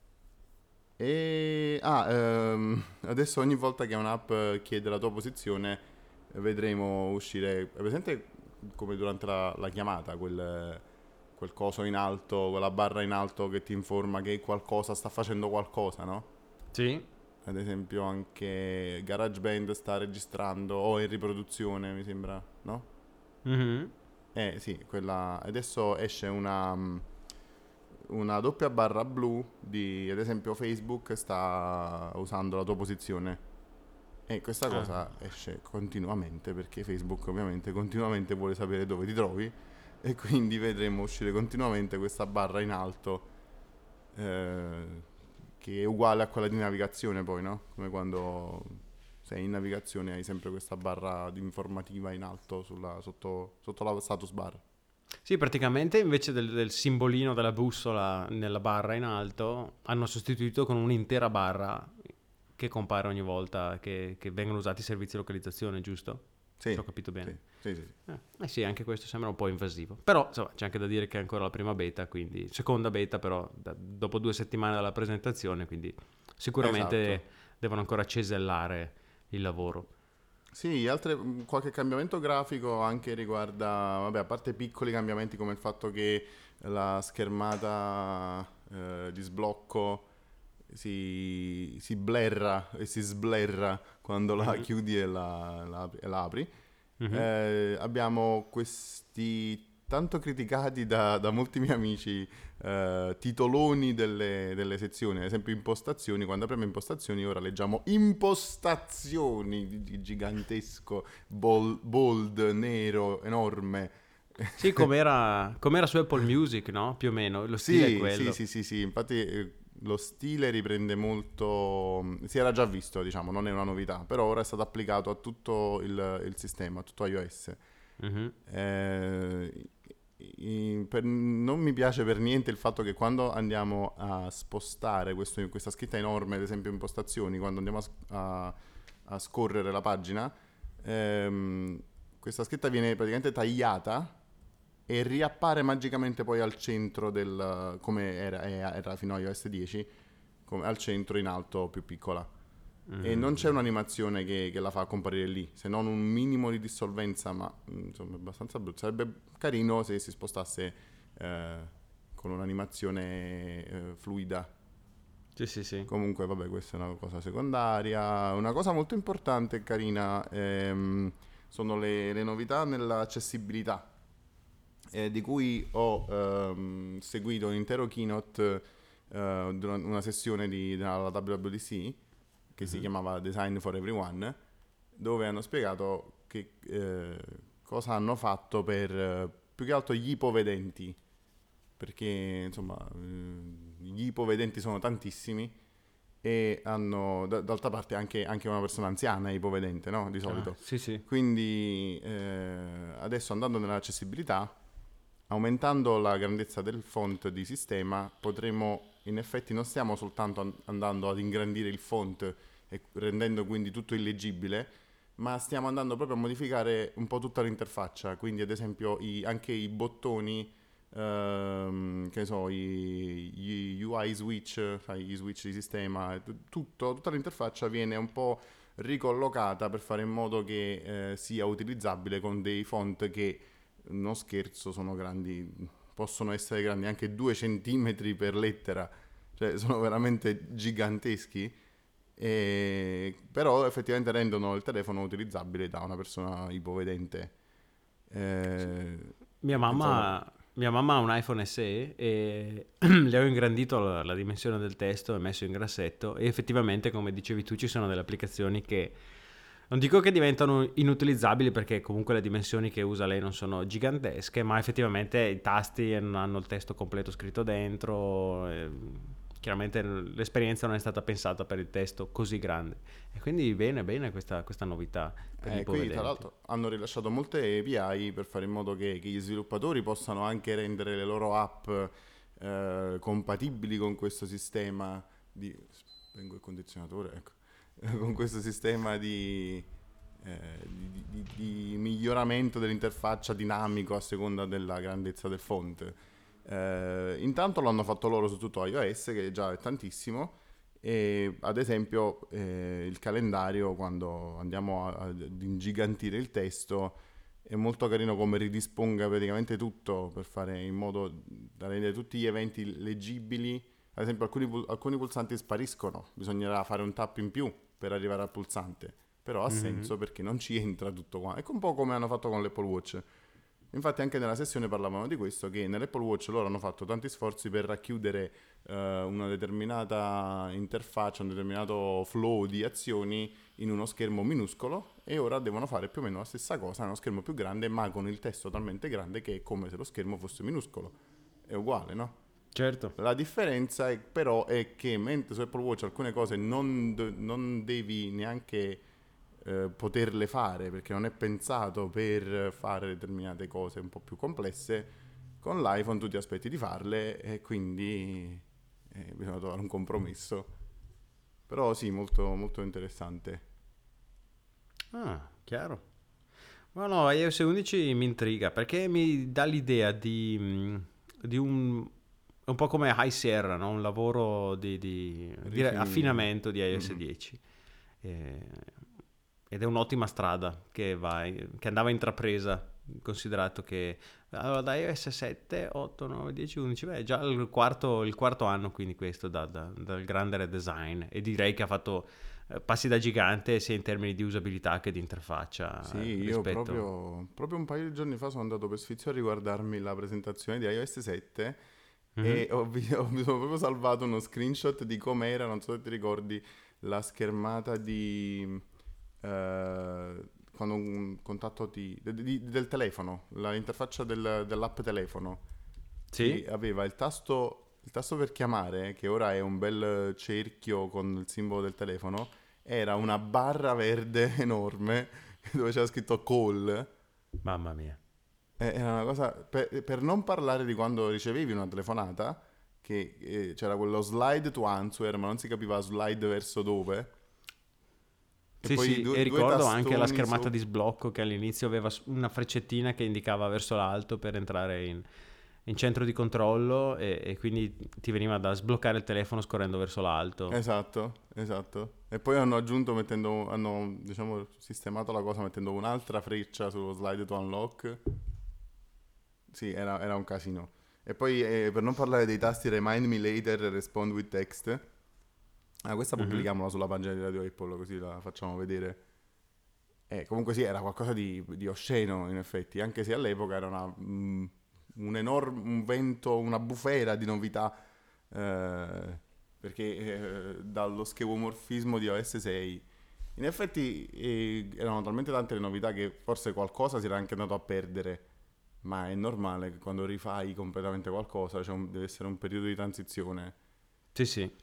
E ah, ehm, adesso ogni volta che un'app chiede la tua posizione, eh, vedremo uscire. È presente come durante la, la chiamata, quel, quel coso in alto, quella barra in alto che ti informa che qualcosa sta facendo qualcosa, no? Sì. Ad esempio anche GarageBand sta registrando o è in riproduzione, mi sembra, no? Mhm. Eh sì, quella. Adesso esce una, mm, una doppia barra blu di, ad esempio, Facebook sta usando la tua posizione. E questa Ah. cosa esce continuamente perché Facebook ovviamente continuamente vuole sapere dove ti trovi e quindi vedremo uscire continuamente questa barra in alto eh, che è uguale a quella di navigazione poi, no? Come quando sei in navigazione hai sempre questa barra di informativa in alto sulla, sotto, sotto la status bar. Sì, praticamente invece del, del simbolino della bussola nella barra in alto hanno sostituito con un'intera barra che compare ogni volta che, che vengono usati i servizi di localizzazione, giusto? Sì, Se ho capito bene. Sì, sì, sì, sì. Eh, eh sì, anche questo sembra un po' invasivo. Però insomma, c'è anche da dire che è ancora la prima beta, quindi seconda beta però da, dopo due settimane dalla presentazione, quindi sicuramente Esatto. devono ancora cesellare il lavoro. Sì, altre, mh, qualche cambiamento grafico anche riguarda, vabbè, a parte piccoli cambiamenti come il fatto che la schermata eh, di sblocco si, si blurra e si sblerra quando la Mhm, chiudi e la, la apri. e la apri. mhm. Eh, abbiamo questi tanto criticati da, da molti miei amici eh, titoloni delle, delle sezioni, ad esempio impostazioni. Quando apriamo impostazioni ora leggiamo impostazioni di, di gigantesco, bol- bold, nero, enorme. Sì, com'era, com'era su Apple Music, no? Più o meno, lo stile è Sì, sì, quello. sì, sì, sì, infatti eh, lo stile riprende molto, si era già visto, diciamo, non è una novità, però ora è stato applicato a tutto il, il sistema, a tutto iOS. Mhm. Eh, i- per- non mi piace per niente il fatto che quando andiamo a spostare questo- questa scritta enorme, ad esempio impostazioni, quando andiamo a, s- a- a scorrere la pagina, ehm, questa scritta viene praticamente tagliata e riappare magicamente poi al centro del, come era, era fino a iOS dieci, come al centro in alto più piccola. E non c'è Mm. un'animazione che, che la fa comparire lì, se non un minimo di dissolvenza, ma mm, insomma è abbastanza brutto. Sarebbe carino se si spostasse eh, con un'animazione eh, fluida. Sì, sì, sì. Comunque, vabbè, questa è una cosa secondaria. Una cosa molto importante e carina ehm, sono le, le novità nell'accessibilità, eh, di cui ho ehm, seguito un intero keynote eh, durante una sessione di, della W W D C che si Mhm. chiamava Design for Everyone, dove hanno spiegato che, eh, cosa hanno fatto per eh, più che altro gli ipovedenti, perché insomma eh, gli ipovedenti sono tantissimi e hanno, d- d'altra parte anche, anche una persona anziana è ipovedente, no? Di Ah, solito. sì, sì. Quindi eh, adesso andando nell'accessibilità, aumentando la grandezza del font di sistema, potremo, in effetti non stiamo soltanto an- andando ad ingrandire il font e rendendo quindi tutto illeggibile, ma stiamo andando proprio a modificare un po' tutta l'interfaccia, quindi ad esempio i- anche i bottoni, ehm, che ne so, i, gli U I switch, sai, gli switch di sistema, t- tutto, tutta l'interfaccia viene un po' ricollocata per fare in modo che eh, sia utilizzabile con dei font che, non scherzo, sono grandi, possono essere grandi anche due centimetri per lettera, cioè sono veramente giganteschi, e- però effettivamente rendono il telefono utilizzabile da una persona ipovedente. Eh, Mia insomma, mamma, mia mamma ha un iPhone S E e le ho ingrandito la, la dimensione del testo e messo in grassetto e effettivamente, come dicevi tu, ci sono delle applicazioni che non dico che diventano inutilizzabili perché comunque le dimensioni che usa lei non sono gigantesche, ma effettivamente i tasti non hanno il testo completo scritto dentro. E chiaramente l'esperienza non è stata pensata per il testo così grande. E quindi bene, bene questa, questa novità per gli eh, qui tra ipovedenti. l'altro hanno rilasciato molte A P I per fare in modo che, che gli sviluppatori possano anche rendere le loro app eh, compatibili con questo sistema di... Spengo il condizionatore, ecco. Con questo sistema di, eh, di, di- di miglioramento dell'interfaccia dinamico a seconda della grandezza del font. Eh, intanto l'hanno fatto loro su tutto iOS, che già è tantissimo, e ad esempio eh, il calendario, quando andiamo a- ad ingigantire il testo, è molto carino come ridisponga praticamente tutto per fare in modo da rendere tutti gli eventi leggibili. Ad esempio alcuni, pul- alcuni pulsanti spariscono, bisognerà fare un tap in più per arrivare al pulsante, però ha Mhm. senso perché non ci entra tutto qua. È un po' come hanno fatto con l'Apple Watch. Infatti anche nella sessione parlavano di questo, che nell'Apple Watch loro hanno fatto tanti sforzi per racchiudere eh, una determinata interfaccia, un determinato flow di azioni in uno schermo minuscolo, e ora devono fare più o meno la stessa cosa, uno schermo più grande ma con il testo talmente grande che è come se lo schermo fosse minuscolo. È uguale, no? Certo. La differenza è, però è che mentre su Apple Watch alcune cose non, d- non devi neanche eh, poterle fare, perché non è pensato per fare determinate cose un po' più complesse. Con l'iPhone tu ti aspetti di farle e quindi eh, bisogna trovare un compromesso. Però sì, molto, molto interessante. Ah, chiaro. Ma no, iOS undici mi intriga perché mi dà l'idea di, mh, di un, è un po' come High Sierra, no? Un lavoro di, di, di Rifinimento. affinamento di iOS Mhm. dieci. Eh, ed è un'ottima strada che, va, che andava intrapresa, considerato che allora, da iOS sette, otto, nove, dieci, undici, beh, è già il quarto, il quarto anno quindi questo da- da- dal grande redesign, e direi che ha fatto eh, passi da gigante sia in termini di usabilità che di interfaccia Sì, eh, io rispetto... proprio, proprio un paio di giorni fa sono andato per sfizio a riguardarmi la presentazione di iOS sette Mhm. e ho, vi- ho- mi sono proprio salvato uno screenshot di com'era, non so se ti ricordi, la schermata di... eh, quando un contatto ti, di- di- del telefono, l'interfaccia del- dell'app telefono, che Sì? aveva il tasto, il tasto per chiamare, che ora è un bel cerchio con il simbolo del telefono, era una barra verde enorme dove c'era scritto call. Mamma mia. Eh, Era una cosa, per, per non parlare di quando ricevevi una telefonata, che eh, c'era quello slide to answer, ma non si capiva slide verso dove. E Sì, poi sì, due, e due ricordo anche la tastoni schermata di sopra. sblocco che all'inizio aveva s- una freccettina che indicava verso l'alto per entrare in, in centro di controllo e, e quindi ti veniva da sbloccare il telefono scorrendo verso l'alto. Esatto, esatto. E poi hanno aggiunto, mettendo, hanno diciamo sistemato la cosa mettendo un'altra freccia sullo slide to unlock. Sì, era, era un casino. E poi eh, per non parlare dei tasti Remind Me Later e Respond with Text. Ah, questa Mhm. pubblichiamola sulla pagina di Radio Apple così la facciamo vedere. Eh, comunque sì, era qualcosa di, di osceno in effetti, anche se all'epoca era una, mm, un enorme un vento, una bufera di novità, eh, perché eh, dallo schemomorfismo di iOS sei in effetti eh, erano talmente tante le novità che forse qualcosa si era anche andato a perdere, ma è normale che quando rifai completamente qualcosa cioè un- deve essere un periodo di transizione. Sì, sì.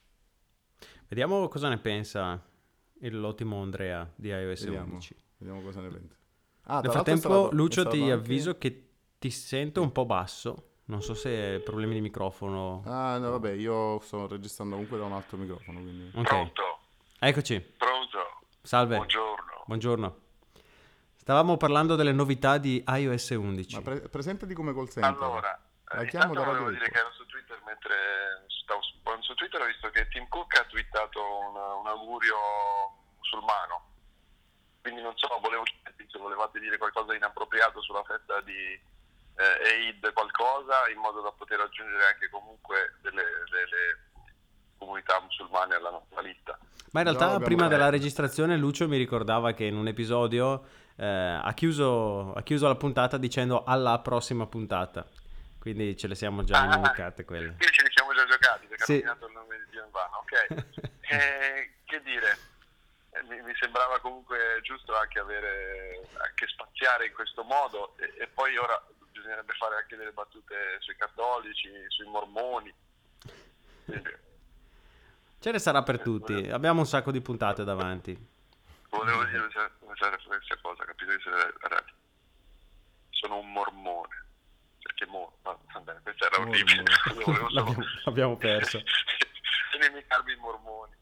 Vediamo cosa ne pensa il- l'ottimo Andrea di iOS Vediamo, undici. vediamo cosa ne pensa. Ah, Nel tra l'altro è frattempo, stato, è Lucio, stato ti anche... avviso che ti sento Sì. un po' basso. Non so se hai problemi di microfono. Ah, no, o- vabbè, io sto registrando comunque da un altro microfono, quindi... Ok, Pronto? eccoci. Pronto? Salve, Buongiorno. buongiorno. Stavamo parlando delle novità di iOS Ma undici. pre- presentati come call center. Allora, La eh, chiamo intanto da Radio volevo dire Apple. che ero su Twitter mentre stavo scrollando su Twitter, ho visto che Tim Cook ha twittato un, un augurio musulmano. Quindi non so, volevo chiederti se volevate dire qualcosa di inappropriato sulla festa di eh, Eid, qualcosa, in modo da poter aggiungere anche comunque delle, delle comunità musulmane alla nostra lista. Ma in Già realtà l'abbiamo prima della fatto. registrazione Lucio mi ricordava che in un episodio eh, ha chiuso, ha chiuso la puntata dicendo alla prossima puntata. Quindi ce le siamo già Ah, indicate quelle. quindi ce li siamo già giocati perché hanno Sì. nominato il nome di Dio in vano, ok. Eh, che dire, eh, mi, mi sembrava comunque giusto anche avere, anche spaziare in questo modo e, e poi ora bisognerebbe fare anche delle battute sui cattolici, sui mormoni. Quindi, Ce ne sarà per eh, tutti. volevo, Abbiamo un sacco di puntate davanti. volevo dire questa questa questa cosa, capito? Che se- sono un mormone. Perché mo, va bene, questa era orribile. Mormone. Io volevo solo L'abbiamo, l'abbiamo perso. inimicarmi i mormoni.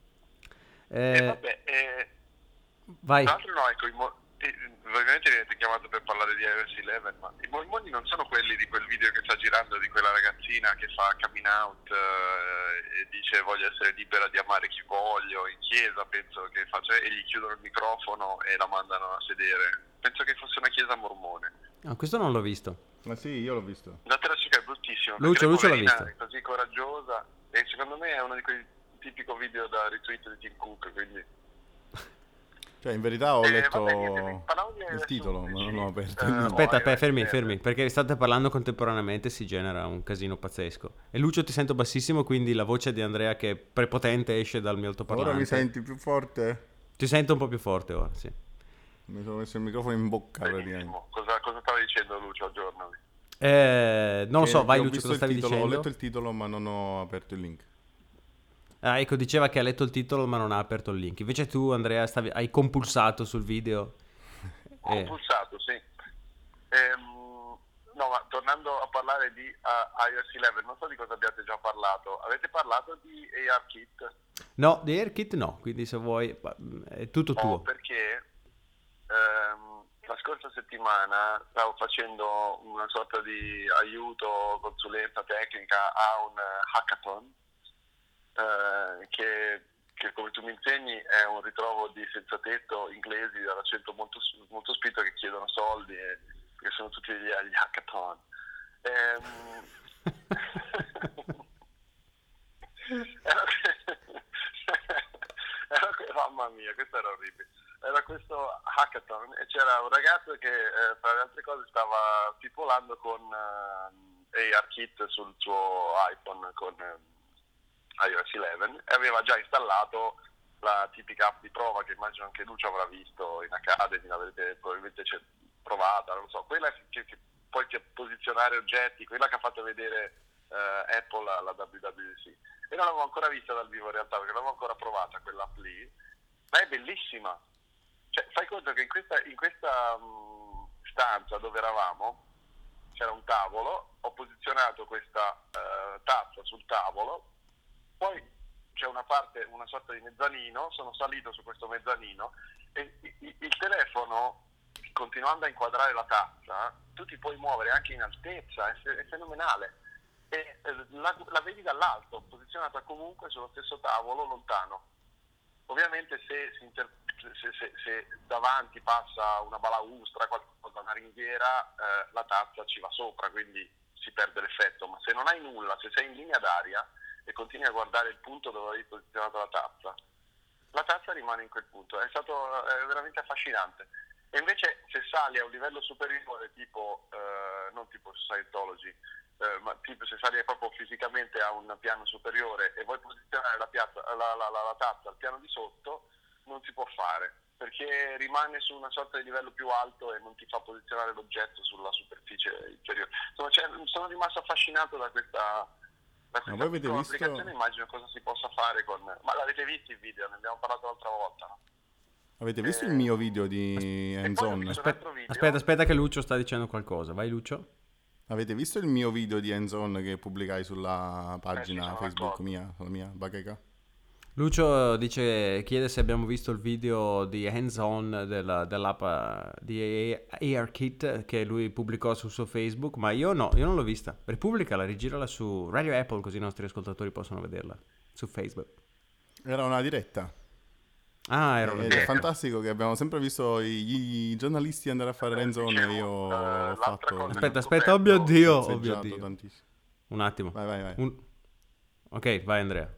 E Eh, vabbè, eh, vai. tra l'altro no, ecco, i mo- eh, ovviamente viene chiamato per parlare di iOS undici, ma i mormoni non sono quelli di quel video che sta girando di quella ragazzina che fa coming out eh, e dice voglio essere libera di amare chi voglio, in chiesa penso che faccia, e gli chiudono il microfono e la mandano a sedere. Penso che fosse una chiesa mormone. Ah, questo non l'ho visto. Ma sì, io l'ho visto. Datela a cercare, è bruttissimo. Lucio, perché lei, Lucio l'ha poverina, visto. è così coraggiosa e secondo me è uno di quei tipico video da retweet di Tim Cook, quindi... Cioè, in verità ho Eh, letto vabbè, niente, parlavo di il iOS titolo, ma non ho undici, aperto eh, il link. Aspetta, o aspetta, iOS fermi, dieci. fermi, perché state parlando contemporaneamente si genera un casino pazzesco. E Lucio ti sento bassissimo, quindi la voce di Andrea che è prepotente esce dal mio altoparlante. Ora mi senti più forte? Ti sento un po' più forte ora, sì. Mi sono messo il microfono in bocca praticamente. Benissimo. Cosa, cosa stava dicendo Lucio? Aggiornami. Eh, non lo Che- so, che vai ho Lucio, visto cosa il stavi titolo, dicendo? Ho letto il titolo ma non ho aperto il link. Ah, ecco, diceva che ha letto il titolo ma non ha aperto il link. Invece tu, Andrea, stavi, hai compulsato sul video. Ho e... pulsato, sì. Ehm, no, ma tornando a parlare di uh, iOS undici, non so di cosa abbiate già parlato. Avete parlato di ARKit? No, di AirKit no, quindi se vuoi è tutto No, tuo. perché ehm, la scorsa settimana stavo facendo una sorta di aiuto, consulenza tecnica a un hackathon eh, che, che, come tu mi insegni, è un ritrovo di senza tetto inglesi dall'accento molto, molto spinto che chiedono soldi, e, che sono tutti gli, gli hackathon. Ehm, era, era, mamma mia, questo era orribile. Era questo hackathon e c'era un ragazzo che eh, tra le altre cose stava stipulando con eh, ARKit sul suo iPhone con eh, iOS undici e aveva già installato la tipica app di prova che immagino anche Lucio avrà visto in Academy, l'avrete probabilmente provata, non lo so, quella che, che poi che posizionare oggetti, quella che ha fatto vedere eh, Apple alla W W D C. E non l'avevo ancora vista dal vivo in realtà, perché non l'avevo ancora provata quell'app lì, ma è bellissima. Cioè, fai conto che in questa, in questa um, stanza dove eravamo c'era un tavolo, ho posizionato questa uh, tazza sul tavolo, poi c'è una parte, una sorta di mezzanino, sono salito su questo mezzanino e il, il telefono, continuando a inquadrare la tazza, tu ti puoi muovere anche in altezza, è, è fenomenale. E eh, la, la vedi dall'alto, posizionata comunque sullo stesso tavolo, lontano. Ovviamente se, si inter- se, se, se davanti passa una balaustra, qualcosa, una ringhiera, eh, la tazza ci va sopra, quindi si perde l'effetto. Ma se non hai nulla, se sei in linea d'aria e continui a guardare il punto dove hai posizionato la tazza, la tazza rimane in quel punto. È stato è veramente affascinante. E invece se sali a un livello superiore, tipo eh, non tipo Scientology, eh, ma tipo se sali proprio fisicamente a un piano superiore e vuoi posizionare la, piazza, la, la, la, la tazza al piano di sotto, non si può fare, perché rimane su una sorta di livello più alto e non ti fa posizionare l'oggetto sulla superficie inferiore. Insomma, cioè, sono rimasto affascinato da questa, da questa Ma voi avete visto... applicazione, immagino cosa si possa fare con... Ma l'avete visto il video? Ne abbiamo parlato l'altra volta, no? Avete visto Eh, il mio video di hands-on? Aspetta, aspetta, aspetta che Lucio sta dicendo qualcosa. Vai Lucio. Avete visto il mio video di hands-on che pubblicai sulla pagina eh, sì, Facebook d'accordo. mia, la mia bacheca? Lucio dice, chiede se abbiamo visto il video di hands-on della, dell'app di ARKit che lui pubblicò sul suo Facebook, ma io no, io non l'ho vista. Ripubblicala, rigirala su Radio Apple così i nostri ascoltatori possono vederla su Facebook. Era una diretta. Ah, era una Ed diretta. è fantastico che abbiamo sempre visto i, i giornalisti andare a fare Eh, hands-on dicevo, e io eh, ho fatto... cosa Aspetta, ho aspetta, oh mio scoperto, Dio, oh mio cazzeggiato Dio. tantissimo. Un attimo. Vai, vai, vai. Un... Ok, vai Andrea.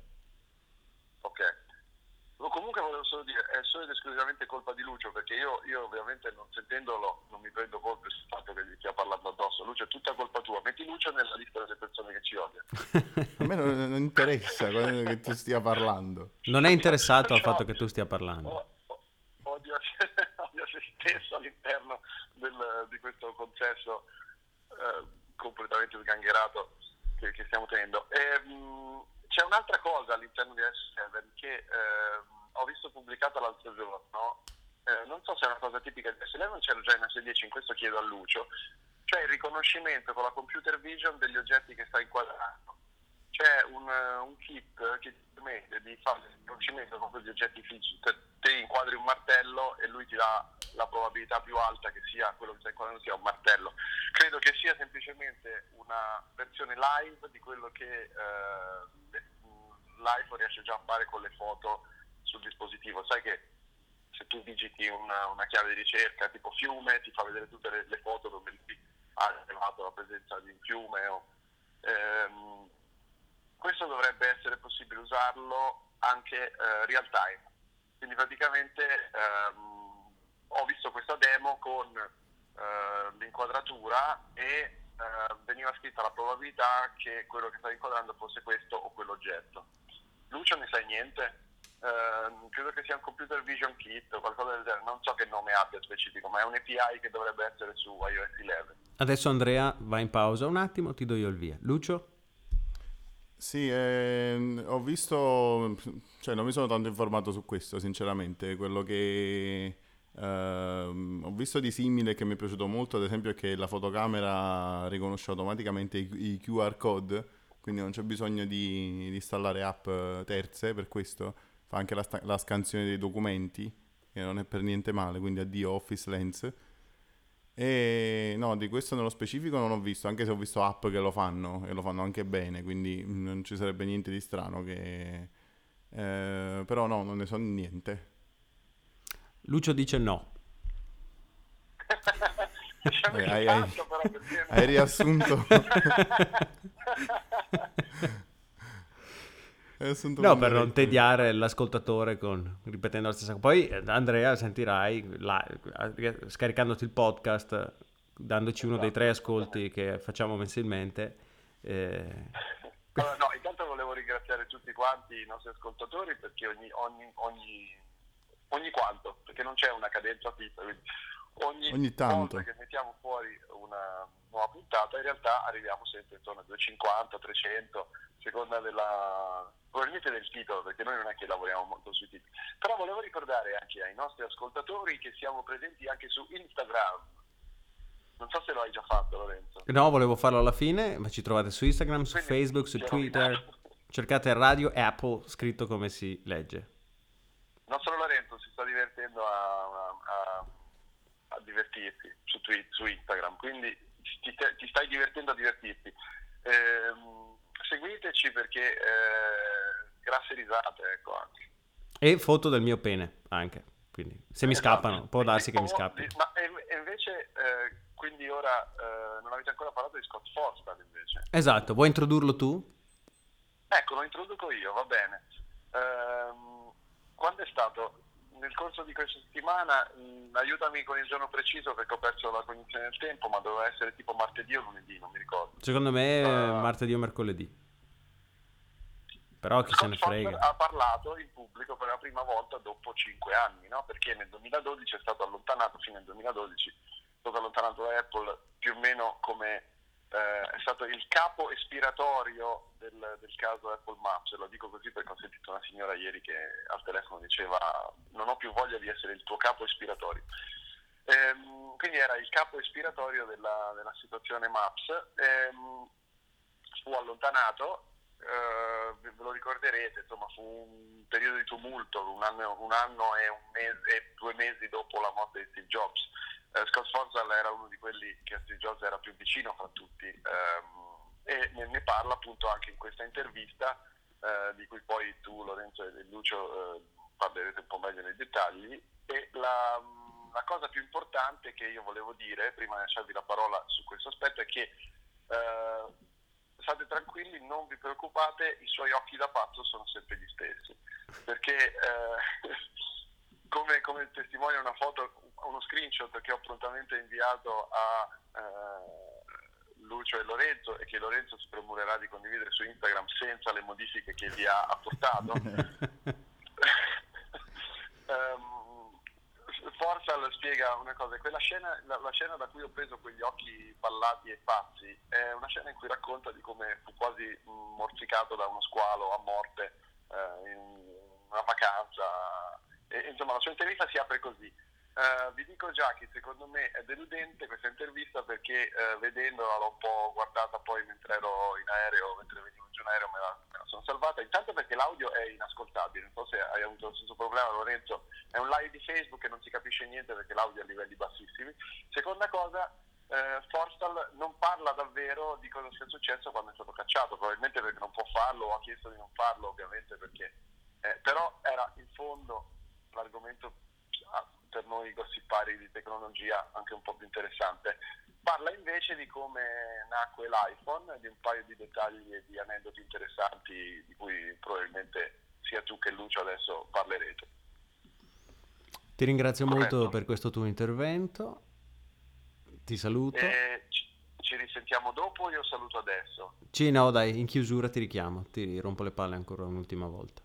Ok. Comunque volevo solo dire, è solo ed esclusivamente colpa di Lucio, perché io, io ovviamente non sentendolo non mi prendo colpa sul fatto che gli stia parlando addosso. Lucio, è tutta colpa tua. Metti Lucio nella lista delle persone che ci odiano. A me non, non interessa che tu stia parlando. Non è interessato al Ciao. fatto che tu stia parlando. O- o- Odio, odio se stesso all'interno del, di questo consesso eh, completamente sgangherato che, che stiamo tenendo. E, mh, c'è un'altra cosa all'interno di S sette che eh, ho visto pubblicata l'altro giorno, eh, non so se è una cosa tipica di S sette, c'era già in S dieci, in questo chiedo a Lucio, cioè il riconoscimento con la computer vision degli oggetti che sta inquadrando. C'è un, un kit che ti permette di fare il riconoscimento con quegli oggetti fisici. Te inquadri un martello e lui ti dà la probabilità più alta che sia quello che stai inquadrando sia un martello. Credo che sia semplicemente una versione live di quello che eh, l'iPhone riesce già a fare con le foto sul dispositivo. Sai che se tu digiti una, una chiave di ricerca tipo fiume ti fa vedere tutte le, le foto dove ha rilevato la presenza di un fiume o, ehm, questo dovrebbe essere possibile usarlo anche eh, real time, quindi praticamente ehm, ho visto questa demo con eh, l'inquadratura e eh, veniva scritta la probabilità che quello che stavi inquadrando fosse questo o quell'oggetto. Lucio, ne sai niente? Uh, credo che sia un computer vision kit o qualcosa del genere, non so che nome abbia specifico, ma è un A P I che dovrebbe essere su iOS undici. Adesso Andrea va in pausa un attimo, ti do io il via. Lucio? Sì, ehm, ho visto, cioè non mi sono tanto informato su questo, sinceramente. Quello che ehm, ho visto di simile che mi è piaciuto molto, ad esempio, è che la fotocamera riconosce automaticamente i, i Q R code, quindi non c'è bisogno di, di installare app eh, terze per questo. Fa anche la, sta- la scansione dei documenti, che non è per niente male, quindi addio Office Lens. E no, di questo nello specifico non ho visto, anche se ho visto app che lo fanno e lo fanno anche bene, quindi mm, non ci sarebbe niente di strano che... eh, però no, non ne so niente. Lucio dice no. Siamo Eh, in hai, hai- ritardo però perché hai no? riassunto, hai riassunto No, con le per non lettere. tediare l'ascoltatore con ripetendo la stessa cosa. Poi eh, Andrea sentirai la- eh, scaricandoti il podcast, dandoci uno dei Esatto, tre esattamente. ascolti che facciamo mensilmente. eh, Allora, no, intanto volevo ringraziare tutti quanti i nostri ascoltatori perché ogni, ogni, ogni, ogni quanto, perché non c'è una cadenza fissa, quindi ogni Ogni volta tanto. che mettiamo fuori una nuova puntata in realtà arriviamo sempre intorno a duecentocinquanta, trecento, a seconda della, probabilmente del titolo, perché noi non è che lavoriamo molto sui titoli. Però volevo ricordare anche ai nostri ascoltatori che siamo presenti anche su Instagram. Non so se lo hai già fatto, Lorenzo. No, volevo farlo alla fine, ma ci trovate su Instagram, su Quindi Facebook, su ti ho Twitter. rovinato. Cercate Radio Apple scritto come si legge. Non solo Lorenzo si sta divertendo a, a, a divertirsi su, tweet, su Instagram, quindi ti, ti stai divertendo a divertirti. Ehm, seguiteci perché eh, grasse risate, ecco anche. E foto del mio pene anche. Quindi se mi Esatto. scappano, può Di- di- darsi che mi oh, scappino. di- ma e, e invece, eh, quindi ora eh, non avete ancora parlato di Scott Forstall invece. Esatto, vuoi introdurlo tu? Ecco, lo introduco io, va bene. Ehm, quando è stato? Nel corso di questa settimana, mh, aiutami con il giorno preciso perché ho perso la cognizione del tempo, ma doveva essere tipo martedì o lunedì, non mi ricordo. Secondo me Eh, martedì o mercoledì. Però chi se Scott ne Foster frega. ha parlato in pubblico per la prima volta dopo cinque anni, no? Perché nel duemiladodici è stato allontanato, fino al duemiladodici è stato allontanato da Apple più o meno come eh, è stato il capo espiratorio del, del caso Apple Maps. Lo dico così perché ho sentito una signora ieri che al telefono diceva non ho più voglia di essere il tuo capo espiratorio. Ehm, quindi era il capo espiratorio della, della situazione Maps. Ehm, fu allontanato. Uh, ve lo ricorderete, insomma, fu un periodo di tumulto, un anno, un anno e, un mese, e due mesi dopo la morte di Steve Jobs. Uh, Scott Forstall era uno di quelli che a Steve Jobs era più vicino fra tutti um, e ne, ne parla appunto anche in questa intervista uh, di cui poi tu, Lorenzo e Lucio uh, parlerete un po' meglio nei dettagli. E la, la cosa più importante che io volevo dire prima di lasciarvi la parola su questo aspetto è che uh, state tranquilli, non vi preoccupate, i suoi occhi da pazzo sono sempre gli stessi, perché eh, come, come testimonia una foto, uno screenshot che ho prontamente inviato a eh, Lucio e Lorenzo e che Lorenzo si premurerà di condividere su Instagram senza le modifiche che vi ha apportato. um, Forstall spiega una cosa, quella scena, la, la scena da cui ho preso quegli occhi ballati e pazzi è una scena in cui racconta di come fu quasi mh, morsicato da uno squalo a morte eh, in una vacanza e, insomma la sua intervista si apre così. Uh, vi dico già che secondo me è deludente questa intervista perché uh, vedendola l'ho un po' guardata poi mentre ero in aereo, mentre venivo giù in aereo me la, me la sono salvata, intanto perché l'audio è inascoltabile, non so se hai avuto lo stesso problema Lorenzo, è un live di Facebook e non si capisce niente perché l'audio è a livelli bassissimi. Seconda cosa, uh, Forstall non parla davvero di cosa sia successo quando è stato cacciato, probabilmente perché non può farlo o ha chiesto di non farlo ovviamente perché, eh, però era in fondo l'argomento per noi gossipari di tecnologia anche un po' più interessante. Parla invece di come nacque l'iPhone, di un paio di dettagli e di aneddoti interessanti di cui probabilmente sia tu che Lucio adesso parlerete. Ti ringrazio Corretto. molto per questo tuo intervento, ti saluto. E ci, ci risentiamo dopo, io saluto adesso. Sì, no, dai, in chiusura ti richiamo, ti rompo le palle ancora un'ultima volta.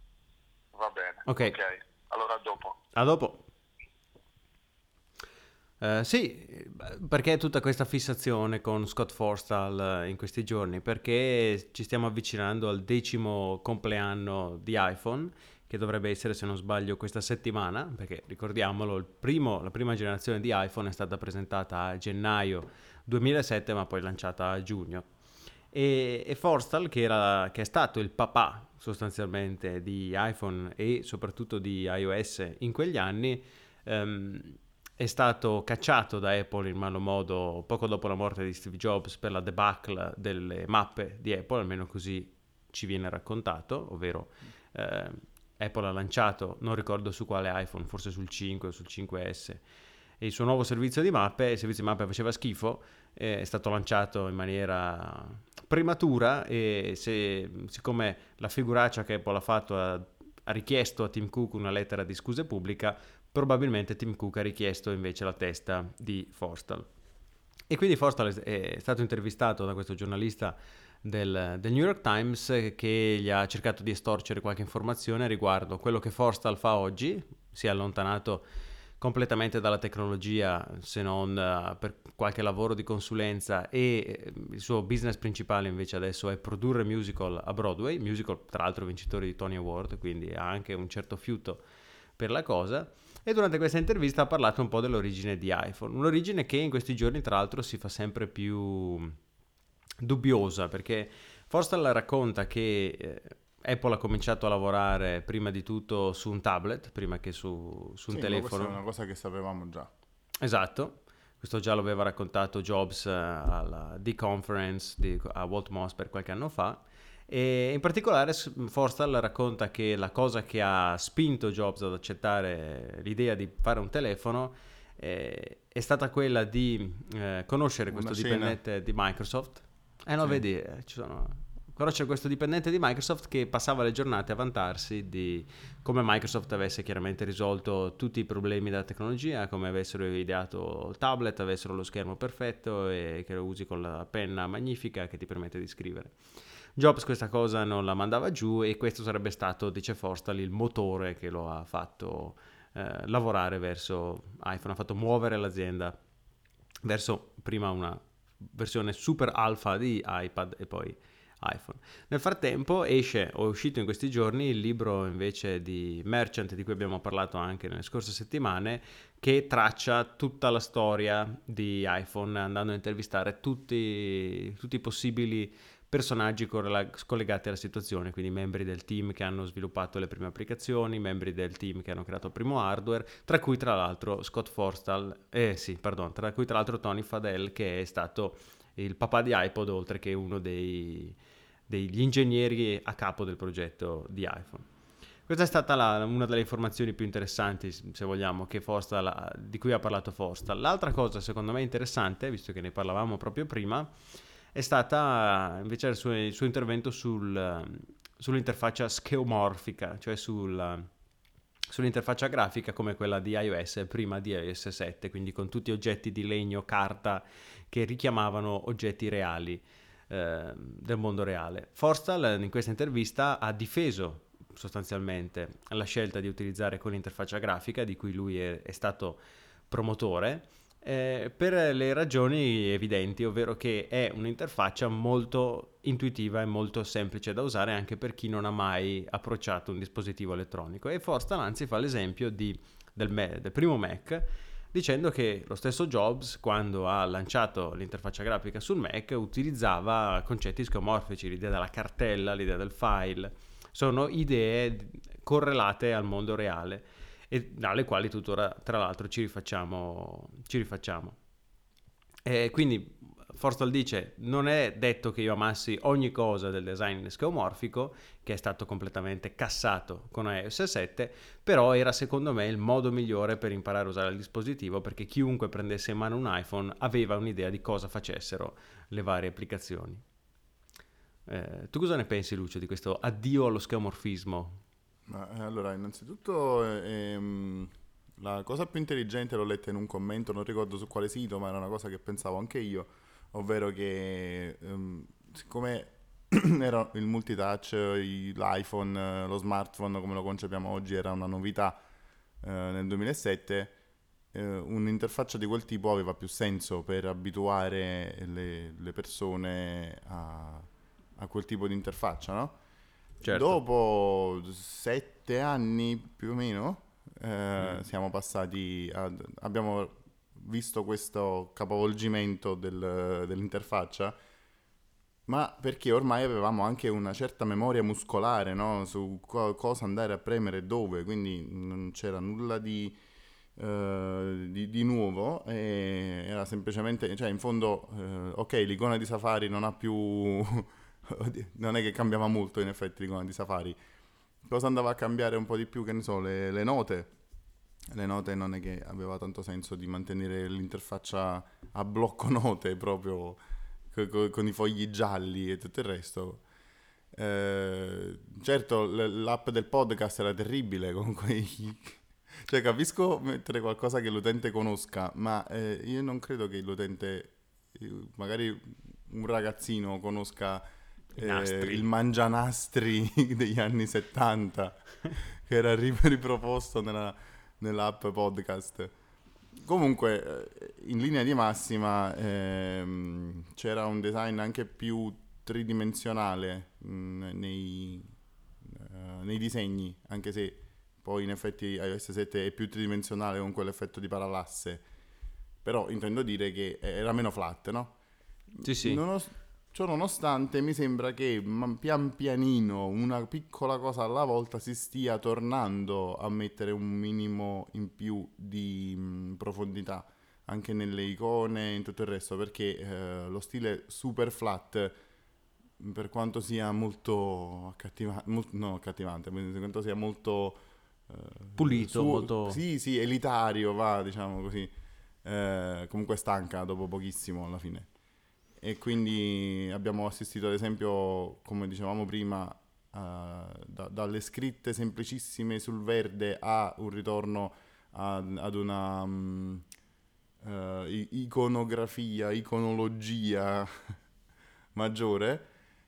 Va bene, Ok, ok. Allora a dopo. a dopo. Uh, sì, perché tutta questa fissazione con Scott Forstall in questi giorni? Perché ci stiamo avvicinando al decimo compleanno di iPhone, che dovrebbe essere, se non sbaglio, questa settimana, perché ricordiamolo, il primo, la prima generazione di iPhone è stata presentata a gennaio duemilasette, ma poi lanciata a giugno. E, e Forstall, che, era, che è stato il papà sostanzialmente di iPhone e soprattutto di iOS in quegli anni, um, è stato cacciato da Apple in malo modo poco dopo la morte di Steve Jobs per la debacle delle mappe di Apple, almeno così ci viene raccontato, ovvero eh, Apple ha lanciato, non ricordo su quale iPhone, forse sul cinque o sul cinque esse, il suo nuovo servizio di mappe. Il servizio di mappe faceva schifo, è stato lanciato in maniera prematura e se, siccome la figuraccia che Apple ha fatto ha, ha richiesto a Tim Cook una lettera di scuse pubblica, probabilmente Tim Cook ha richiesto invece la testa di Forstall. E quindi Forstall è stato intervistato da questo giornalista del, del New York Times che gli ha cercato di estorcere qualche informazione riguardo quello che Forstall fa oggi. Si è allontanato completamente dalla tecnologia, se non uh, per qualche lavoro di consulenza, e uh, il suo business principale invece adesso è produrre musical a Broadway, musical tra l'altro vincitore di Tony Award, quindi ha anche un certo fiuto per la cosa. E durante questa intervista ha parlato un po' dell'origine di iPhone, un'origine che in questi giorni tra l'altro si fa sempre più dubbiosa, perché Forstall racconta che eh, Apple ha cominciato a lavorare prima di tutto su un tablet, prima che su, su un sì, telefono. Questa è una cosa che sapevamo già. Esatto, questo già lo aveva raccontato Jobs uh, alla D-Conference di, a Walt Moss per qualche anno fa. E in particolare Forstall racconta che la cosa che ha spinto Jobs ad accettare l'idea di fare un telefono eh, è stata quella di eh, conoscere questo Una dipendente cena. di Microsoft. Eh no, Sì. vedi, eh, ci sono... Conoscere questo dipendente di Microsoft che passava le giornate a vantarsi di come Microsoft avesse chiaramente risolto tutti i problemi della tecnologia, come avessero ideato il tablet, avessero lo schermo perfetto e che lo usi con la penna magnifica che ti permette di scrivere. Jobs questa cosa non la mandava giù e questo sarebbe stato, dice Forstall, il motore che lo ha fatto eh, lavorare verso iPhone, ha fatto muovere l'azienda verso prima una versione super alfa di iPad e poi iPhone. Nel frattempo esce, o è uscito in questi giorni, il libro invece di Merchant, di cui abbiamo parlato anche nelle scorse settimane, che traccia tutta la storia di iPhone, andando a intervistare tutti, tutti i possibili personaggi correla- collegati alla situazione, quindi membri del team che hanno sviluppato le prime applicazioni, membri del team che hanno creato il primo hardware, tra cui tra l'altro Scott Forstall, eh sì, pardon, tra cui tra l'altro Tony Fadell, che è stato il papà di iPod, oltre che uno dei, degli ingegneri a capo del progetto di iPhone. Questa è stata la, una delle informazioni più interessanti, se vogliamo, che Forstall, di cui ha parlato Forstall. L'altra cosa secondo me interessante, visto che ne parlavamo proprio prima, è stata invece il suo, il suo intervento sul, sull'interfaccia scheomorfica, cioè sul, sull'interfaccia grafica come quella di iOS prima di iOS sette, quindi con tutti oggetti di legno, carta, che richiamavano oggetti reali eh, del mondo reale. Forstall in questa intervista ha difeso sostanzialmente la scelta di utilizzare quell'interfaccia grafica di cui lui è, è stato promotore eh, per le ragioni evidenti, ovvero che è un'interfaccia molto intuitiva e molto semplice da usare anche per chi non ha mai approcciato un dispositivo elettronico. E Forstall anzi fa l'esempio di, del, del primo Mac, dicendo che lo stesso Jobs, quando ha lanciato l'interfaccia grafica sul Mac, utilizzava concetti scheomorfici, l'idea della cartella, l'idea del file, sono idee correlate al mondo reale e alle quali tuttora tra l'altro ci rifacciamo, ci rifacciamo. E quindi Forstall dice: non è detto che io amassi ogni cosa del design scheomorfico, che è stato completamente cassato con iOS sette, però era secondo me il modo migliore per imparare a usare il dispositivo, perché chiunque prendesse in mano un iPhone aveva un'idea di cosa facessero le varie applicazioni. Eh, tu cosa ne pensi, Lucio, di questo addio allo scheomorfismo? Ma, eh, allora, innanzitutto ehm, la cosa più intelligente l'ho letta in un commento, non ricordo su quale sito, ma era una cosa che pensavo anche io, ovvero che ehm, siccome era il multitouch, il- l'iPhone, eh, lo smartphone come lo concepiamo oggi era una novità eh, nel duemilasette, eh, un'interfaccia di quel tipo aveva più senso per abituare le, le persone a, a quel tipo di interfaccia, no? Certo. Dopo sette anni più o meno eh, Mm. siamo passati a, abbiamo visto questo capovolgimento del- dell'interfaccia, ma perché ormai avevamo anche una certa memoria muscolare, no? Su co- cosa andare a premere e dove, quindi non c'era nulla di, eh, di, di nuovo, e era semplicemente, cioè in fondo, eh, ok, l'icona di Safari non ha più, oddio, non è che cambiava molto in effetti l'icona di Safari. Cosa andava a cambiare un po' di più, che ne so, le, le note. Le note non è che aveva tanto senso di mantenere l'interfaccia a blocco note proprio co- co- con i fogli gialli e tutto il resto. Eh, certo, l- l'app del podcast era terribile con quei... Cioè, capisco mettere qualcosa che l'utente conosca, ma eh, io non credo che l'utente, eh, magari un ragazzino, conosca I eh, nastri. il mangianastri degli anni settanta, che era ri- riproposto nella, nell'app podcast. Comunque, eh, in linea di massima, ehm, c'era un design anche più tridimensionale mh, nei, eh, nei disegni, anche se poi in effetti iOS sette è più tridimensionale con quell'effetto di parallasse, però intendo dire che era meno flat, no? Sì, sì. Nonos- ciò nonostante mi sembra che man- pian pianino, una piccola cosa alla volta, si stia tornando a mettere un minimo in più di mh, profondità anche nelle icone e in tutto il resto, perché eh, lo stile super flat, per quanto sia molto accattivante, no, accattivante, per quanto sia molto eh, Pulito, su- molto... sì, sì, elitario, va, diciamo così, eh, comunque stanca dopo pochissimo alla fine. E quindi abbiamo assistito ad esempio, come dicevamo prima, a- da- dalle scritte semplicissime sul verde a un ritorno a- ad una mm, eh, i- iconografia, iconologia maggiore,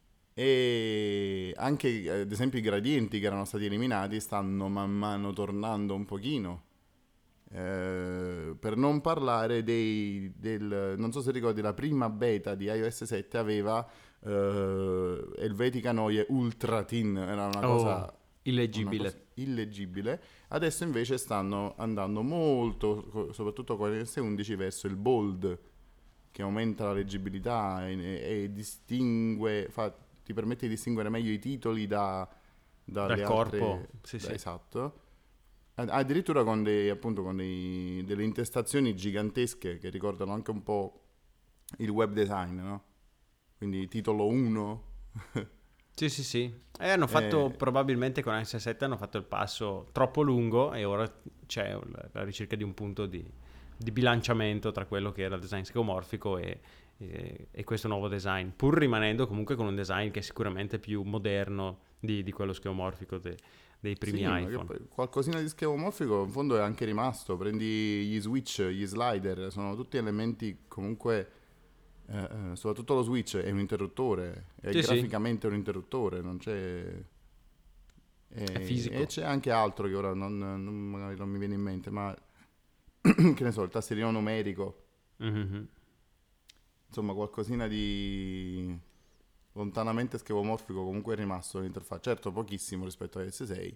e anche eh, ad esempio i gradienti che erano stati eliminati stanno man mano tornando un pochino. Eh, per non parlare dei, del, non so se ricordi, la prima beta di iOS sette aveva eh, Helvetica Neue Ultra Thin, era una cosa, Oh, una illeggibile. cosa illeggibile. Adesso invece stanno andando molto, co- soprattutto con iOS undici, verso il bold, che aumenta la leggibilità e, e- e distingue, fa- ti permette di distinguere meglio i titoli da, Dal dalle corpo, altre, sì, da- sì. esatto. Ad- Addirittura con dei, appunto, con dei- delle intestazioni gigantesche che ricordano anche un po' il web design, no? Quindi titolo uno. Sì, sì, sì. E hanno fatto, Eh, probabilmente con iOS sette hanno fatto il passo troppo lungo e ora c'è la, la ricerca di un punto di, di bilanciamento tra quello che era il design skeuomorfico e, e, e questo nuovo design, pur rimanendo comunque con un design che è sicuramente più moderno di, di quello skeuomorfico de- dei primi sì, ma che iPhone. poi qualcosina di schemomorfico in fondo è anche rimasto. Prendi gli switch, gli slider, sono tutti elementi comunque... eh, eh, soprattutto lo switch è un interruttore, è Sì, sì, graficamente un interruttore, non c'è... è E, e fisico. c'è anche altro che ora non, non- magari non mi viene in mente, ma che ne so, il tastierino numerico, Mhm. insomma qualcosina di lontanamente schemomorfico comunque è rimasto nell'interfaccia. Certo, pochissimo rispetto a iOS sei,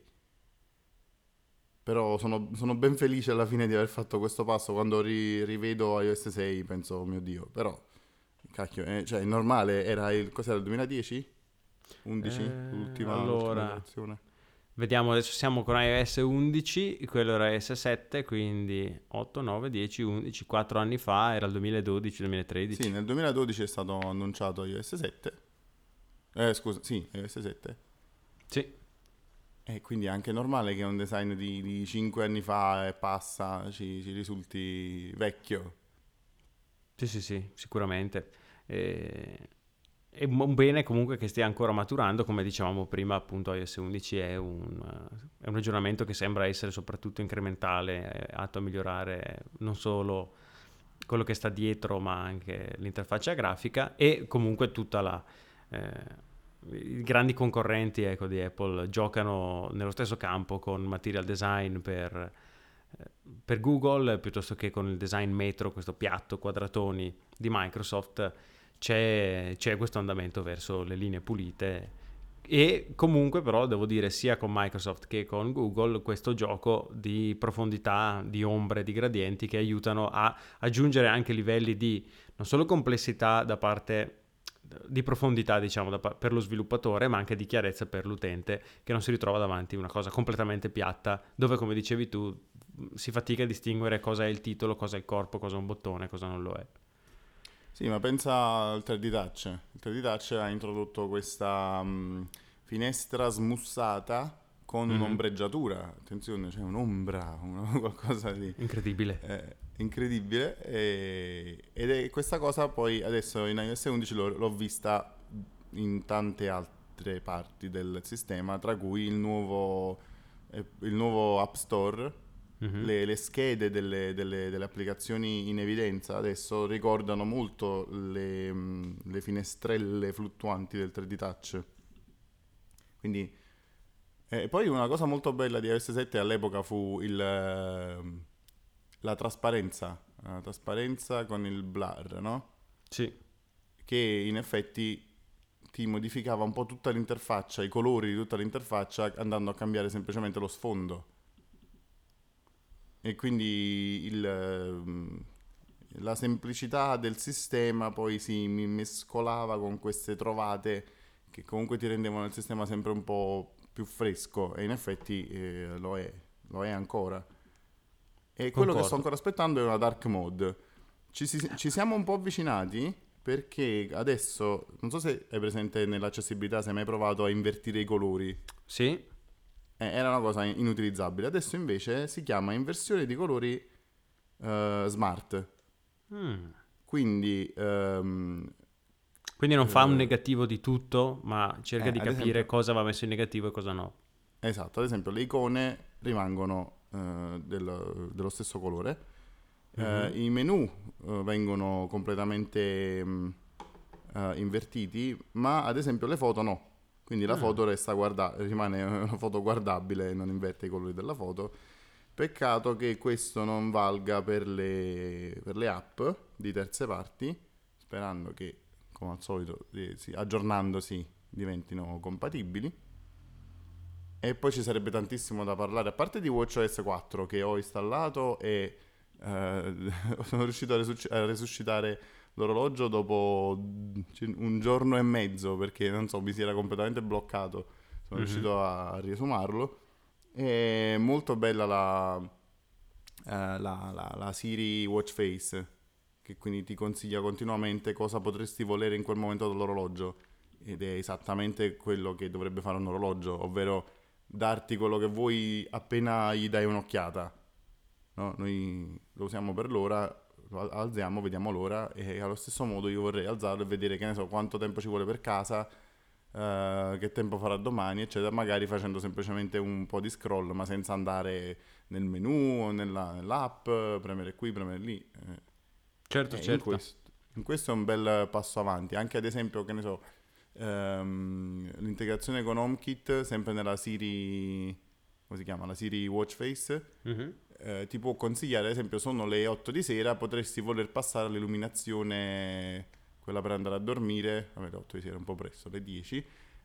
però sono, sono ben felice alla fine di aver fatto questo passo. Quando ri- rivedo iOS sei penso, oh mio Dio, però, cacchio, eh, cioè è normale, era il, cos'era, il duemiladieci? undici? Eh, L'ultima, l'ultima allora, iterazione. vediamo, adesso siamo con iOS undici, quello era iOS sette, quindi otto, nove, dieci, undici, quattro anni fa, era il duemiladodici, Sì, duemilatredici. nel duemiladodici è stato annunciato iOS sette. Eh, scusa, sì, iOS sette. Sì, E quindi è anche normale che un design di, di cinque anni fa e passa ci, ci risulti vecchio. sì, sì, sì, sicuramente. E... È un bene comunque che stia ancora maturando, come dicevamo prima, appunto iOS undici è un, è un aggiornamento che sembra essere soprattutto incrementale, è atto a migliorare non solo quello che sta dietro, ma anche l'interfaccia grafica e comunque tutta la... eh, i grandi concorrenti, ecco, di Apple giocano nello stesso campo con material design per, eh, per Google, piuttosto che con il design metro, questo piatto quadratoni di Microsoft, c'è, c'è questo andamento verso le linee pulite. E comunque però devo dire, sia con Microsoft che con Google, questo gioco di profondità, di ombre, di gradienti che aiutano a aggiungere anche livelli di non solo complessità da parte di profondità, diciamo, da, per lo sviluppatore, ma anche di chiarezza per l'utente, che non si ritrova davanti a una cosa completamente piatta, dove, come dicevi tu, si fatica a distinguere cosa è il titolo, cosa è il corpo, cosa è un bottone, cosa non lo è. Sì, ma pensa al tre D Touch. Il tre D Touch ha introdotto questa mh, finestra smussata con Mm-hmm. un'ombreggiatura. Attenzione, c'è un'ombra, una- qualcosa di Incredibile. eh, incredibile. E- ed è questa cosa poi adesso in iOS undici l'ho, l'ho vista in tante altre parti del sistema, tra cui il nuovo, eh, il nuovo App Store. Mm-hmm. Le, le schede delle, delle- delle applicazioni in evidenza adesso ricordano molto le, mh, le finestrelle fluttuanti del tre D Touch. Quindi, e poi una cosa molto bella di iOS sette all'epoca fu il, ehm, la trasparenza, la trasparenza con il blur, no? Sì. Che in effetti ti modificava un po' tutta l'interfaccia, i colori di tutta l'interfaccia, andando a cambiare semplicemente lo sfondo. E quindi il, ehm, la semplicità del sistema poi si mi- mescolava con queste trovate che comunque ti rendevano il sistema sempre un po' più fresco, e in effetti eh, lo è, lo è ancora. E quello che sto Concordo. ancora aspettando è una dark mode. Ci, si- ci siamo un po' avvicinati perché adesso, non so se hai presente nell'accessibilità, se hai mai provato a invertire i colori. Sì. Eh, era una cosa inutilizzabile. Adesso invece si chiama inversione di colori eh, smart. Mm. Quindi, ehm, Quindi non fa un eh, negativo di tutto, ma cerca eh, di ad capire esempio, cosa va messo in negativo e cosa no. esatto, ad esempio le icone rimangono eh, del- dello stesso colore. Eh, Mhm. I menu eh, vengono completamente mh, eh, invertiti, ma ad esempio le foto no. Quindi la Ah. foto resta guarda- rimane una foto guardabile e non inverte i colori della foto. Peccato che questo non valga per le, per le app di terze parti, sperando che, come al solito, eh, sì, aggiornandosi diventino compatibili. E poi ci sarebbe tantissimo da parlare, a parte di WatchOS quattro che ho installato e eh, sono riuscito a, resusc- a resuscitare l'orologio dopo un giorno e mezzo perché non so, mi si era completamente bloccato. Sono Mhm. riuscito a riesumarlo. È molto bella la, eh, la, la, la Siri Watch Face, che quindi ti consiglia continuamente cosa potresti volere in quel momento dall'orologio. Ed è esattamente quello che dovrebbe fare un orologio, ovvero darti quello che vuoi appena gli dai un'occhiata. No? Noi lo usiamo per l'ora, lo al- alziamo, vediamo l'ora, e allo stesso modo io vorrei alzarlo e vedere, che ne so, quanto tempo ci vuole per casa, eh, che tempo farà domani, eccetera, magari facendo semplicemente un po' di scroll, ma senza andare nel menu o nella- nell'app, premere qui, premere lì. eh. Certo, E in certo. questo, in questo è un bel passo avanti, anche ad esempio, che ne so, ehm, l'integrazione con HomeKit, sempre nella Siri, come si chiama? La Siri Watch Face, Mhm. eh, ti può consigliare, ad esempio, sono le otto di sera, potresti voler passare all'illuminazione, quella per andare a dormire, vabbè, le otto di sera è un po' presto, le dieci,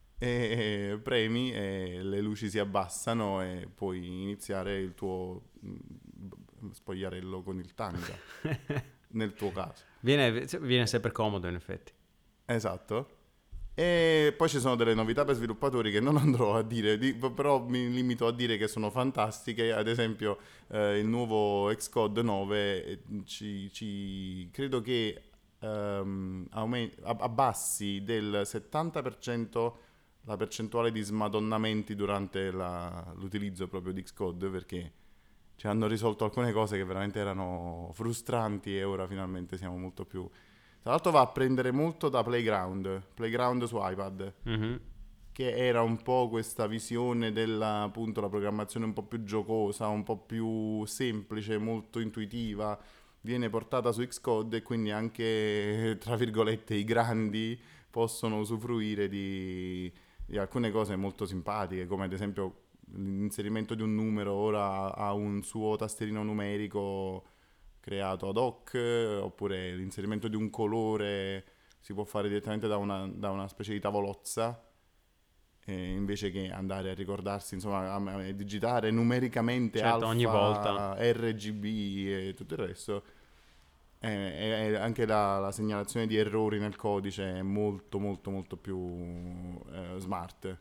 e premi e le luci si abbassano e puoi iniziare il tuo mm, spogliarello con il tanga, nel tuo caso. Viene, viene sempre comodo, in effetti. Esatto. E poi ci sono delle novità per sviluppatori che non andrò a dire, di- però mi limito a dire che sono fantastiche. Ad esempio, eh, il nuovo Xcode nove eh, ci, ci- credo che ehm, aumen- ab- abbassi del settanta per cento la percentuale di smadonnamenti durante la- l'utilizzo proprio di Xcode, perché ci hanno risolto alcune cose che veramente erano frustranti e ora finalmente siamo molto più... Tra l'altro va a prendere molto da Playground, Playground su iPad, Mhm. che era un po' questa visione della, appunto, la programmazione un po' più giocosa, un po' più semplice, molto intuitiva, viene portata su Xcode e quindi anche, tra virgolette, i grandi possono usufruire di, di alcune cose molto simpatiche, come ad esempio l'inserimento di un numero ora ha un suo tasterino numerico creato ad hoc, oppure l'inserimento di un colore si può fare direttamente da una, da una specie di tavolozza, eh, invece che andare a ricordarsi, insomma, a, a digitare numericamente Certo, alfa, ogni volta. R G B e tutto il resto. E, e anche la, la segnalazione di errori nel codice è molto molto molto più eh, smart.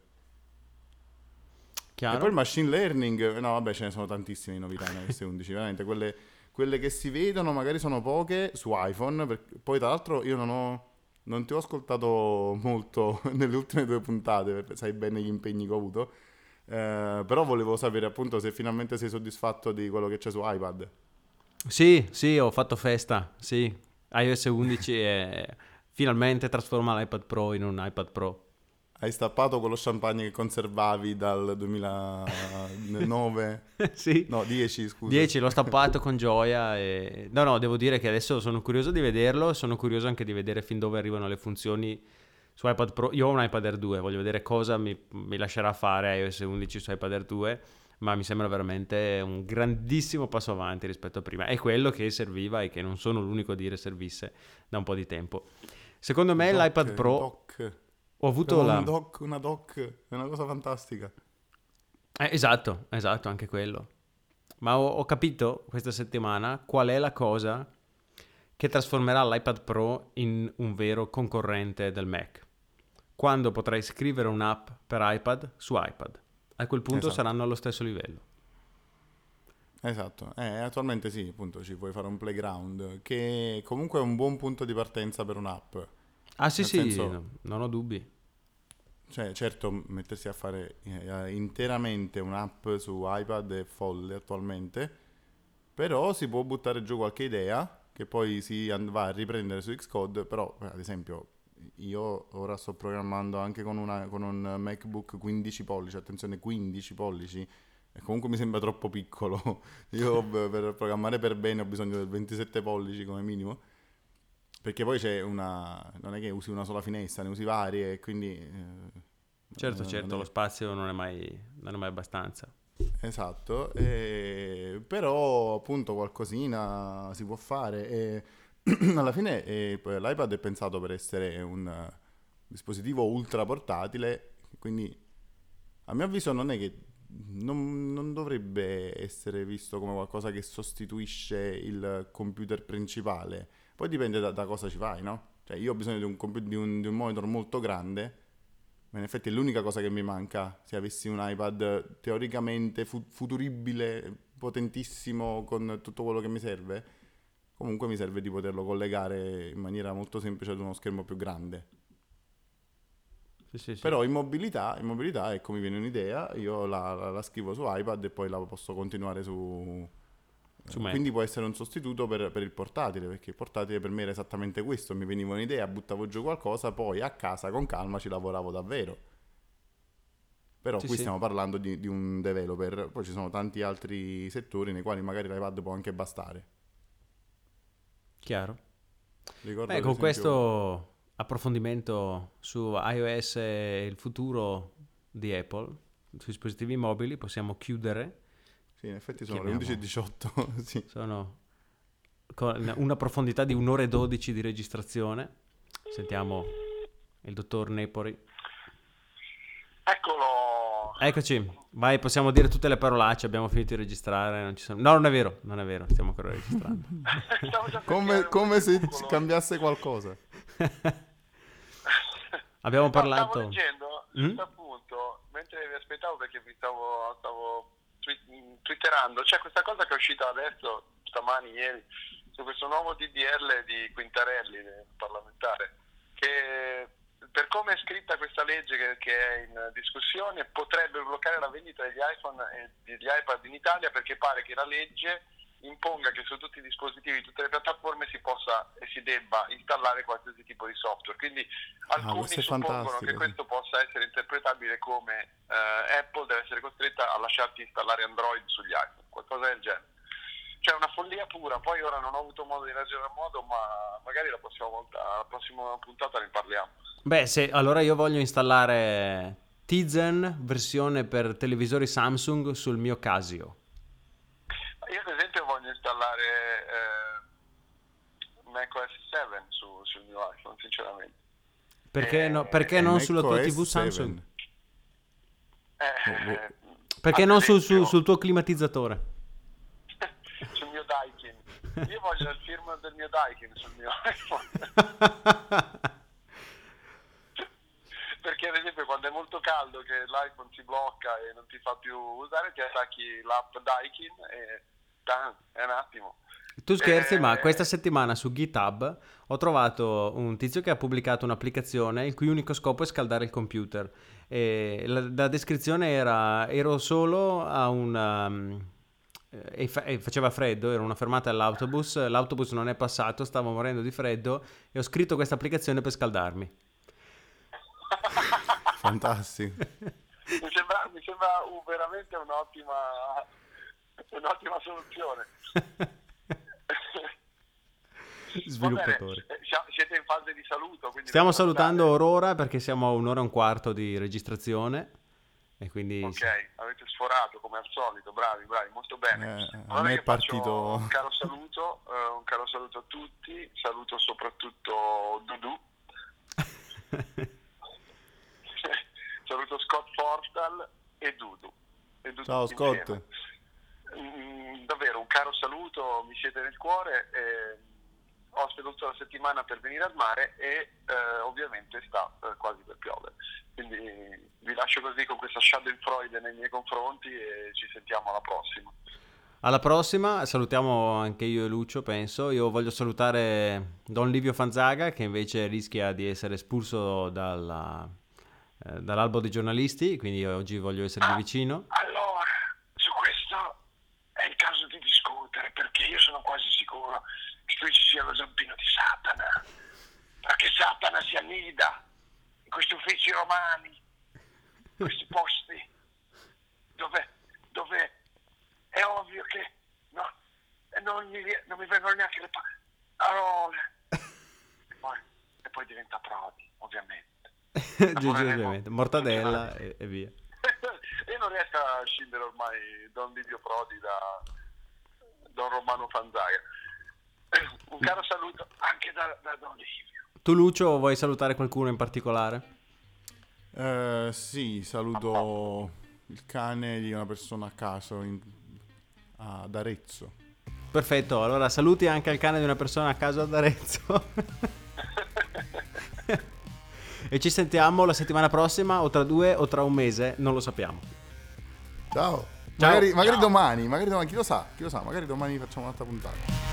Chiaro? E poi il machine learning, no vabbè, ce ne sono tantissime novità in iOS undici, veramente quelle, quelle che si vedono magari sono poche su iPhone, perché, poi tra l'altro io non ho non ti ho ascoltato molto nelle ultime due puntate, perché sai bene gli impegni che ho avuto, eh, però volevo sapere appunto se finalmente sei soddisfatto di quello che c'è su iPad. Sì, sì, ho fatto festa, sì. iOS undici è... finalmente trasforma l'iPad Pro in un iPad Pro. Hai stappato quello champagne che conservavi dal duemilanove? Sì. No, dieci, scusa. dieci, l'ho stappato con gioia e... No, no, devo dire che adesso sono curioso di vederlo, sono curioso anche di vedere fin dove arrivano le funzioni su iPad Pro. Io ho un iPad Air due, voglio vedere cosa mi, mi lascerà fare iOS undici su iPad Air due, ma mi sembra veramente un grandissimo passo avanti rispetto a prima. È quello che serviva e che non sono l'unico a dire servisse da un po' di tempo. Secondo me Doc, l'iPad Pro... Doc. Ho avuto Però la... un doc, una doc, è una cosa fantastica. Eh, esatto, esatto, anche quello. Ma ho, ho capito questa settimana qual è la cosa che trasformerà l'iPad Pro in un vero concorrente del Mac. Quando potrai scrivere un'app per iPad su iPad. A quel punto Esatto. saranno allo stesso livello. Esatto, eh, attualmente sì, appunto ci puoi fare un playground, che comunque è un buon punto di partenza per un'app. Ah sì Nel sì, senso- no, non ho dubbi. Cioè, certo, mettersi a fare eh, interamente un'app su iPad è folle attualmente, però si può buttare giù qualche idea che poi si and- va a riprendere su Xcode, però eh, ad esempio io ora sto programmando anche con, una, con un MacBook quindici pollici, attenzione quindici pollici, e comunque mi sembra troppo piccolo. Io b- per programmare per bene ho bisogno del ventisette pollici come minimo. Perché poi c'è una... non è che usi una sola finestra, ne usi varie e quindi... eh, Certo, eh, certo, non è- lo spazio non è mai, non è mai abbastanza. Esatto, e- però appunto qualcosina si può fare e alla fine eh, poi l'iPad è pensato per essere un eh, dispositivo ultra portatile, quindi a mio avviso non è che non, non dovrebbe essere visto come qualcosa che sostituisce il computer principale. Poi dipende da, da cosa ci fai, no? Cioè io ho bisogno di un, compu- di un, di un monitor molto grande, ma in effetti è l'unica cosa che mi manca se avessi un iPad teoricamente fu- futuribile, potentissimo, con tutto quello che mi serve. Comunque mi serve di poterlo collegare in maniera molto semplice ad uno schermo più grande. Sì, sì, sì. Però in mobilità, in mobilità, ecco, mi viene un'idea, io la, la- la scrivo su iPad e poi la posso continuare su... Su Mac. Quindi può essere un sostituto per, per il portatile, perché il portatile per me era esattamente questo, mi veniva un'idea, buttavo giù qualcosa, poi a casa con calma ci lavoravo davvero. Però Sì, qui sì. stiamo parlando di, di un developer, poi ci sono tanti altri settori nei quali magari l'iPad può anche bastare. Chiaro. Ricordo Beh, ad con esempio- questo approfondimento su iOS e il futuro di Apple, sui dispositivi mobili, possiamo chiudere. Sì, in effetti sono Chiamiamo- le undici e diciotto, sì. Sono con una profondità di un'ora e dodici di registrazione. Sentiamo il dottor Nepori. Eccolo! Eccoci, vai, possiamo dire tutte le parolacce, abbiamo finito di registrare. Non ci sono... No, non è vero, non è vero, stiamo ancora registrando. Stavo già per Come, dire, come un se piccolo- ci cambiasse qualcosa. Abbiamo No, parlato... Stavo leggendo Mm? questo appunto mentre vi aspettavo perché vi stavo, stavo twi- twitterando. C'è questa cosa che è uscita adesso, stamani, ieri, su questo nuovo D D L di Quintarelli, del parlamentare, che per come è scritta questa legge che, che è in discussione potrebbe bloccare la vendita degli iPhone e degli iPad in Italia, perché pare che la legge imponga che su tutti i dispositivi, tutte le piattaforme si possa e si debba installare qualsiasi tipo di software. Quindi alcuni questo è suppongono fantastico, che sì. questo possa essere interpretabile come eh, Apple deve essere costretta a lasciarti installare Android sugli iPhone, qualcosa del genere. Cioè una follia pura. Poi ora non ho avuto modo di leggere a modo, ma magari la prossima volta, la prossima puntata ne parliamo. Beh, se allora io voglio installare Tizen versione per televisori Samsung sul mio Casio. Io ad esempio voglio installare eh, macOS sette su, sul mio iPhone, sinceramente. Perché, eh, no, perché eh, non sulla tua macOS tivù Samsung? sette. Eh, Perché ad non sul, esempio, sul, sul tuo climatizzatore? sul mio Daikin. Io voglio il firmware del mio Daikin sul mio iPhone. Perché ad esempio quando è molto caldo che l'iPhone si blocca e non ti fa più usare, ti attacchi l'app Daikin e tan, è un attimo. Tu scherzi, Eh, ma questa settimana su GitHub ho trovato un tizio che ha pubblicato un'applicazione il cui unico scopo è scaldare il computer. E la, la descrizione era: ero solo a un... um, e, fa- e faceva freddo, era una fermata all'autobus, l'autobus non è passato, stavo morendo di freddo e ho scritto questa applicazione per scaldarmi. Fantastico. mi sembra, mi sembra un- veramente un'ottima, un'ottima soluzione. Sviluppatori. Va bene, eh, sia- siete in fase di saluto, quindi Stiamo devo salutando salutare. Aurora perché siamo a un'ora e un quarto di registrazione e quindi Ok, avete sforato come al solito, bravi, bravi, molto bene. Eh, a Allora me io è partito- faccio un caro saluto, eh, un caro saluto a tutti, saluto soprattutto Dudu, saluto Scott Forstall e Dudu. E Dudu Ciao insieme. Scott. Mm, davvero un caro saluto, mi siete nel cuore. eh, ho aspettato la settimana per venire al mare e eh, ovviamente sta eh, quasi per piovere, quindi vi lascio così con questa schadenfreude nei miei confronti e ci sentiamo alla prossima. alla prossima. Salutiamo anche io e Lucio, penso. Io voglio salutare Don Livio Fanzaga che invece rischia di essere espulso dalla, eh, dall'albo dei giornalisti, quindi oggi voglio essergli vicino. Allora, su questo è il caso di discutere, perché io sono quasi sicuro che qui ci sia lo zampino di Satana, perché Satana si annida in questi uffici romani, in questi posti dove, dove è ovvio che no, e non, mi, vie- non mi vengono neanche le pa- parole e poi, e poi diventa Prodi, ovviamente. Giusto, ovviamente. Mortadella e, e via. Io non riesco a scindere ormai Don Livio Prodi da Don Romano Fanzaga. Un caro saluto anche da, da Don Livio. Tu Lucio vuoi salutare qualcuno in particolare? Eh, sì, saluto il cane di una persona a caso in- ad Arezzo. Perfetto, allora saluti anche al cane di una persona a caso ad Arezzo. E ci sentiamo la settimana prossima o tra due o tra un mese, non lo sappiamo. Ciao. Ciao. Magari, magari Ciao. domani, magari domani, chi lo sa, chi lo sa, magari domani facciamo un'altra puntata.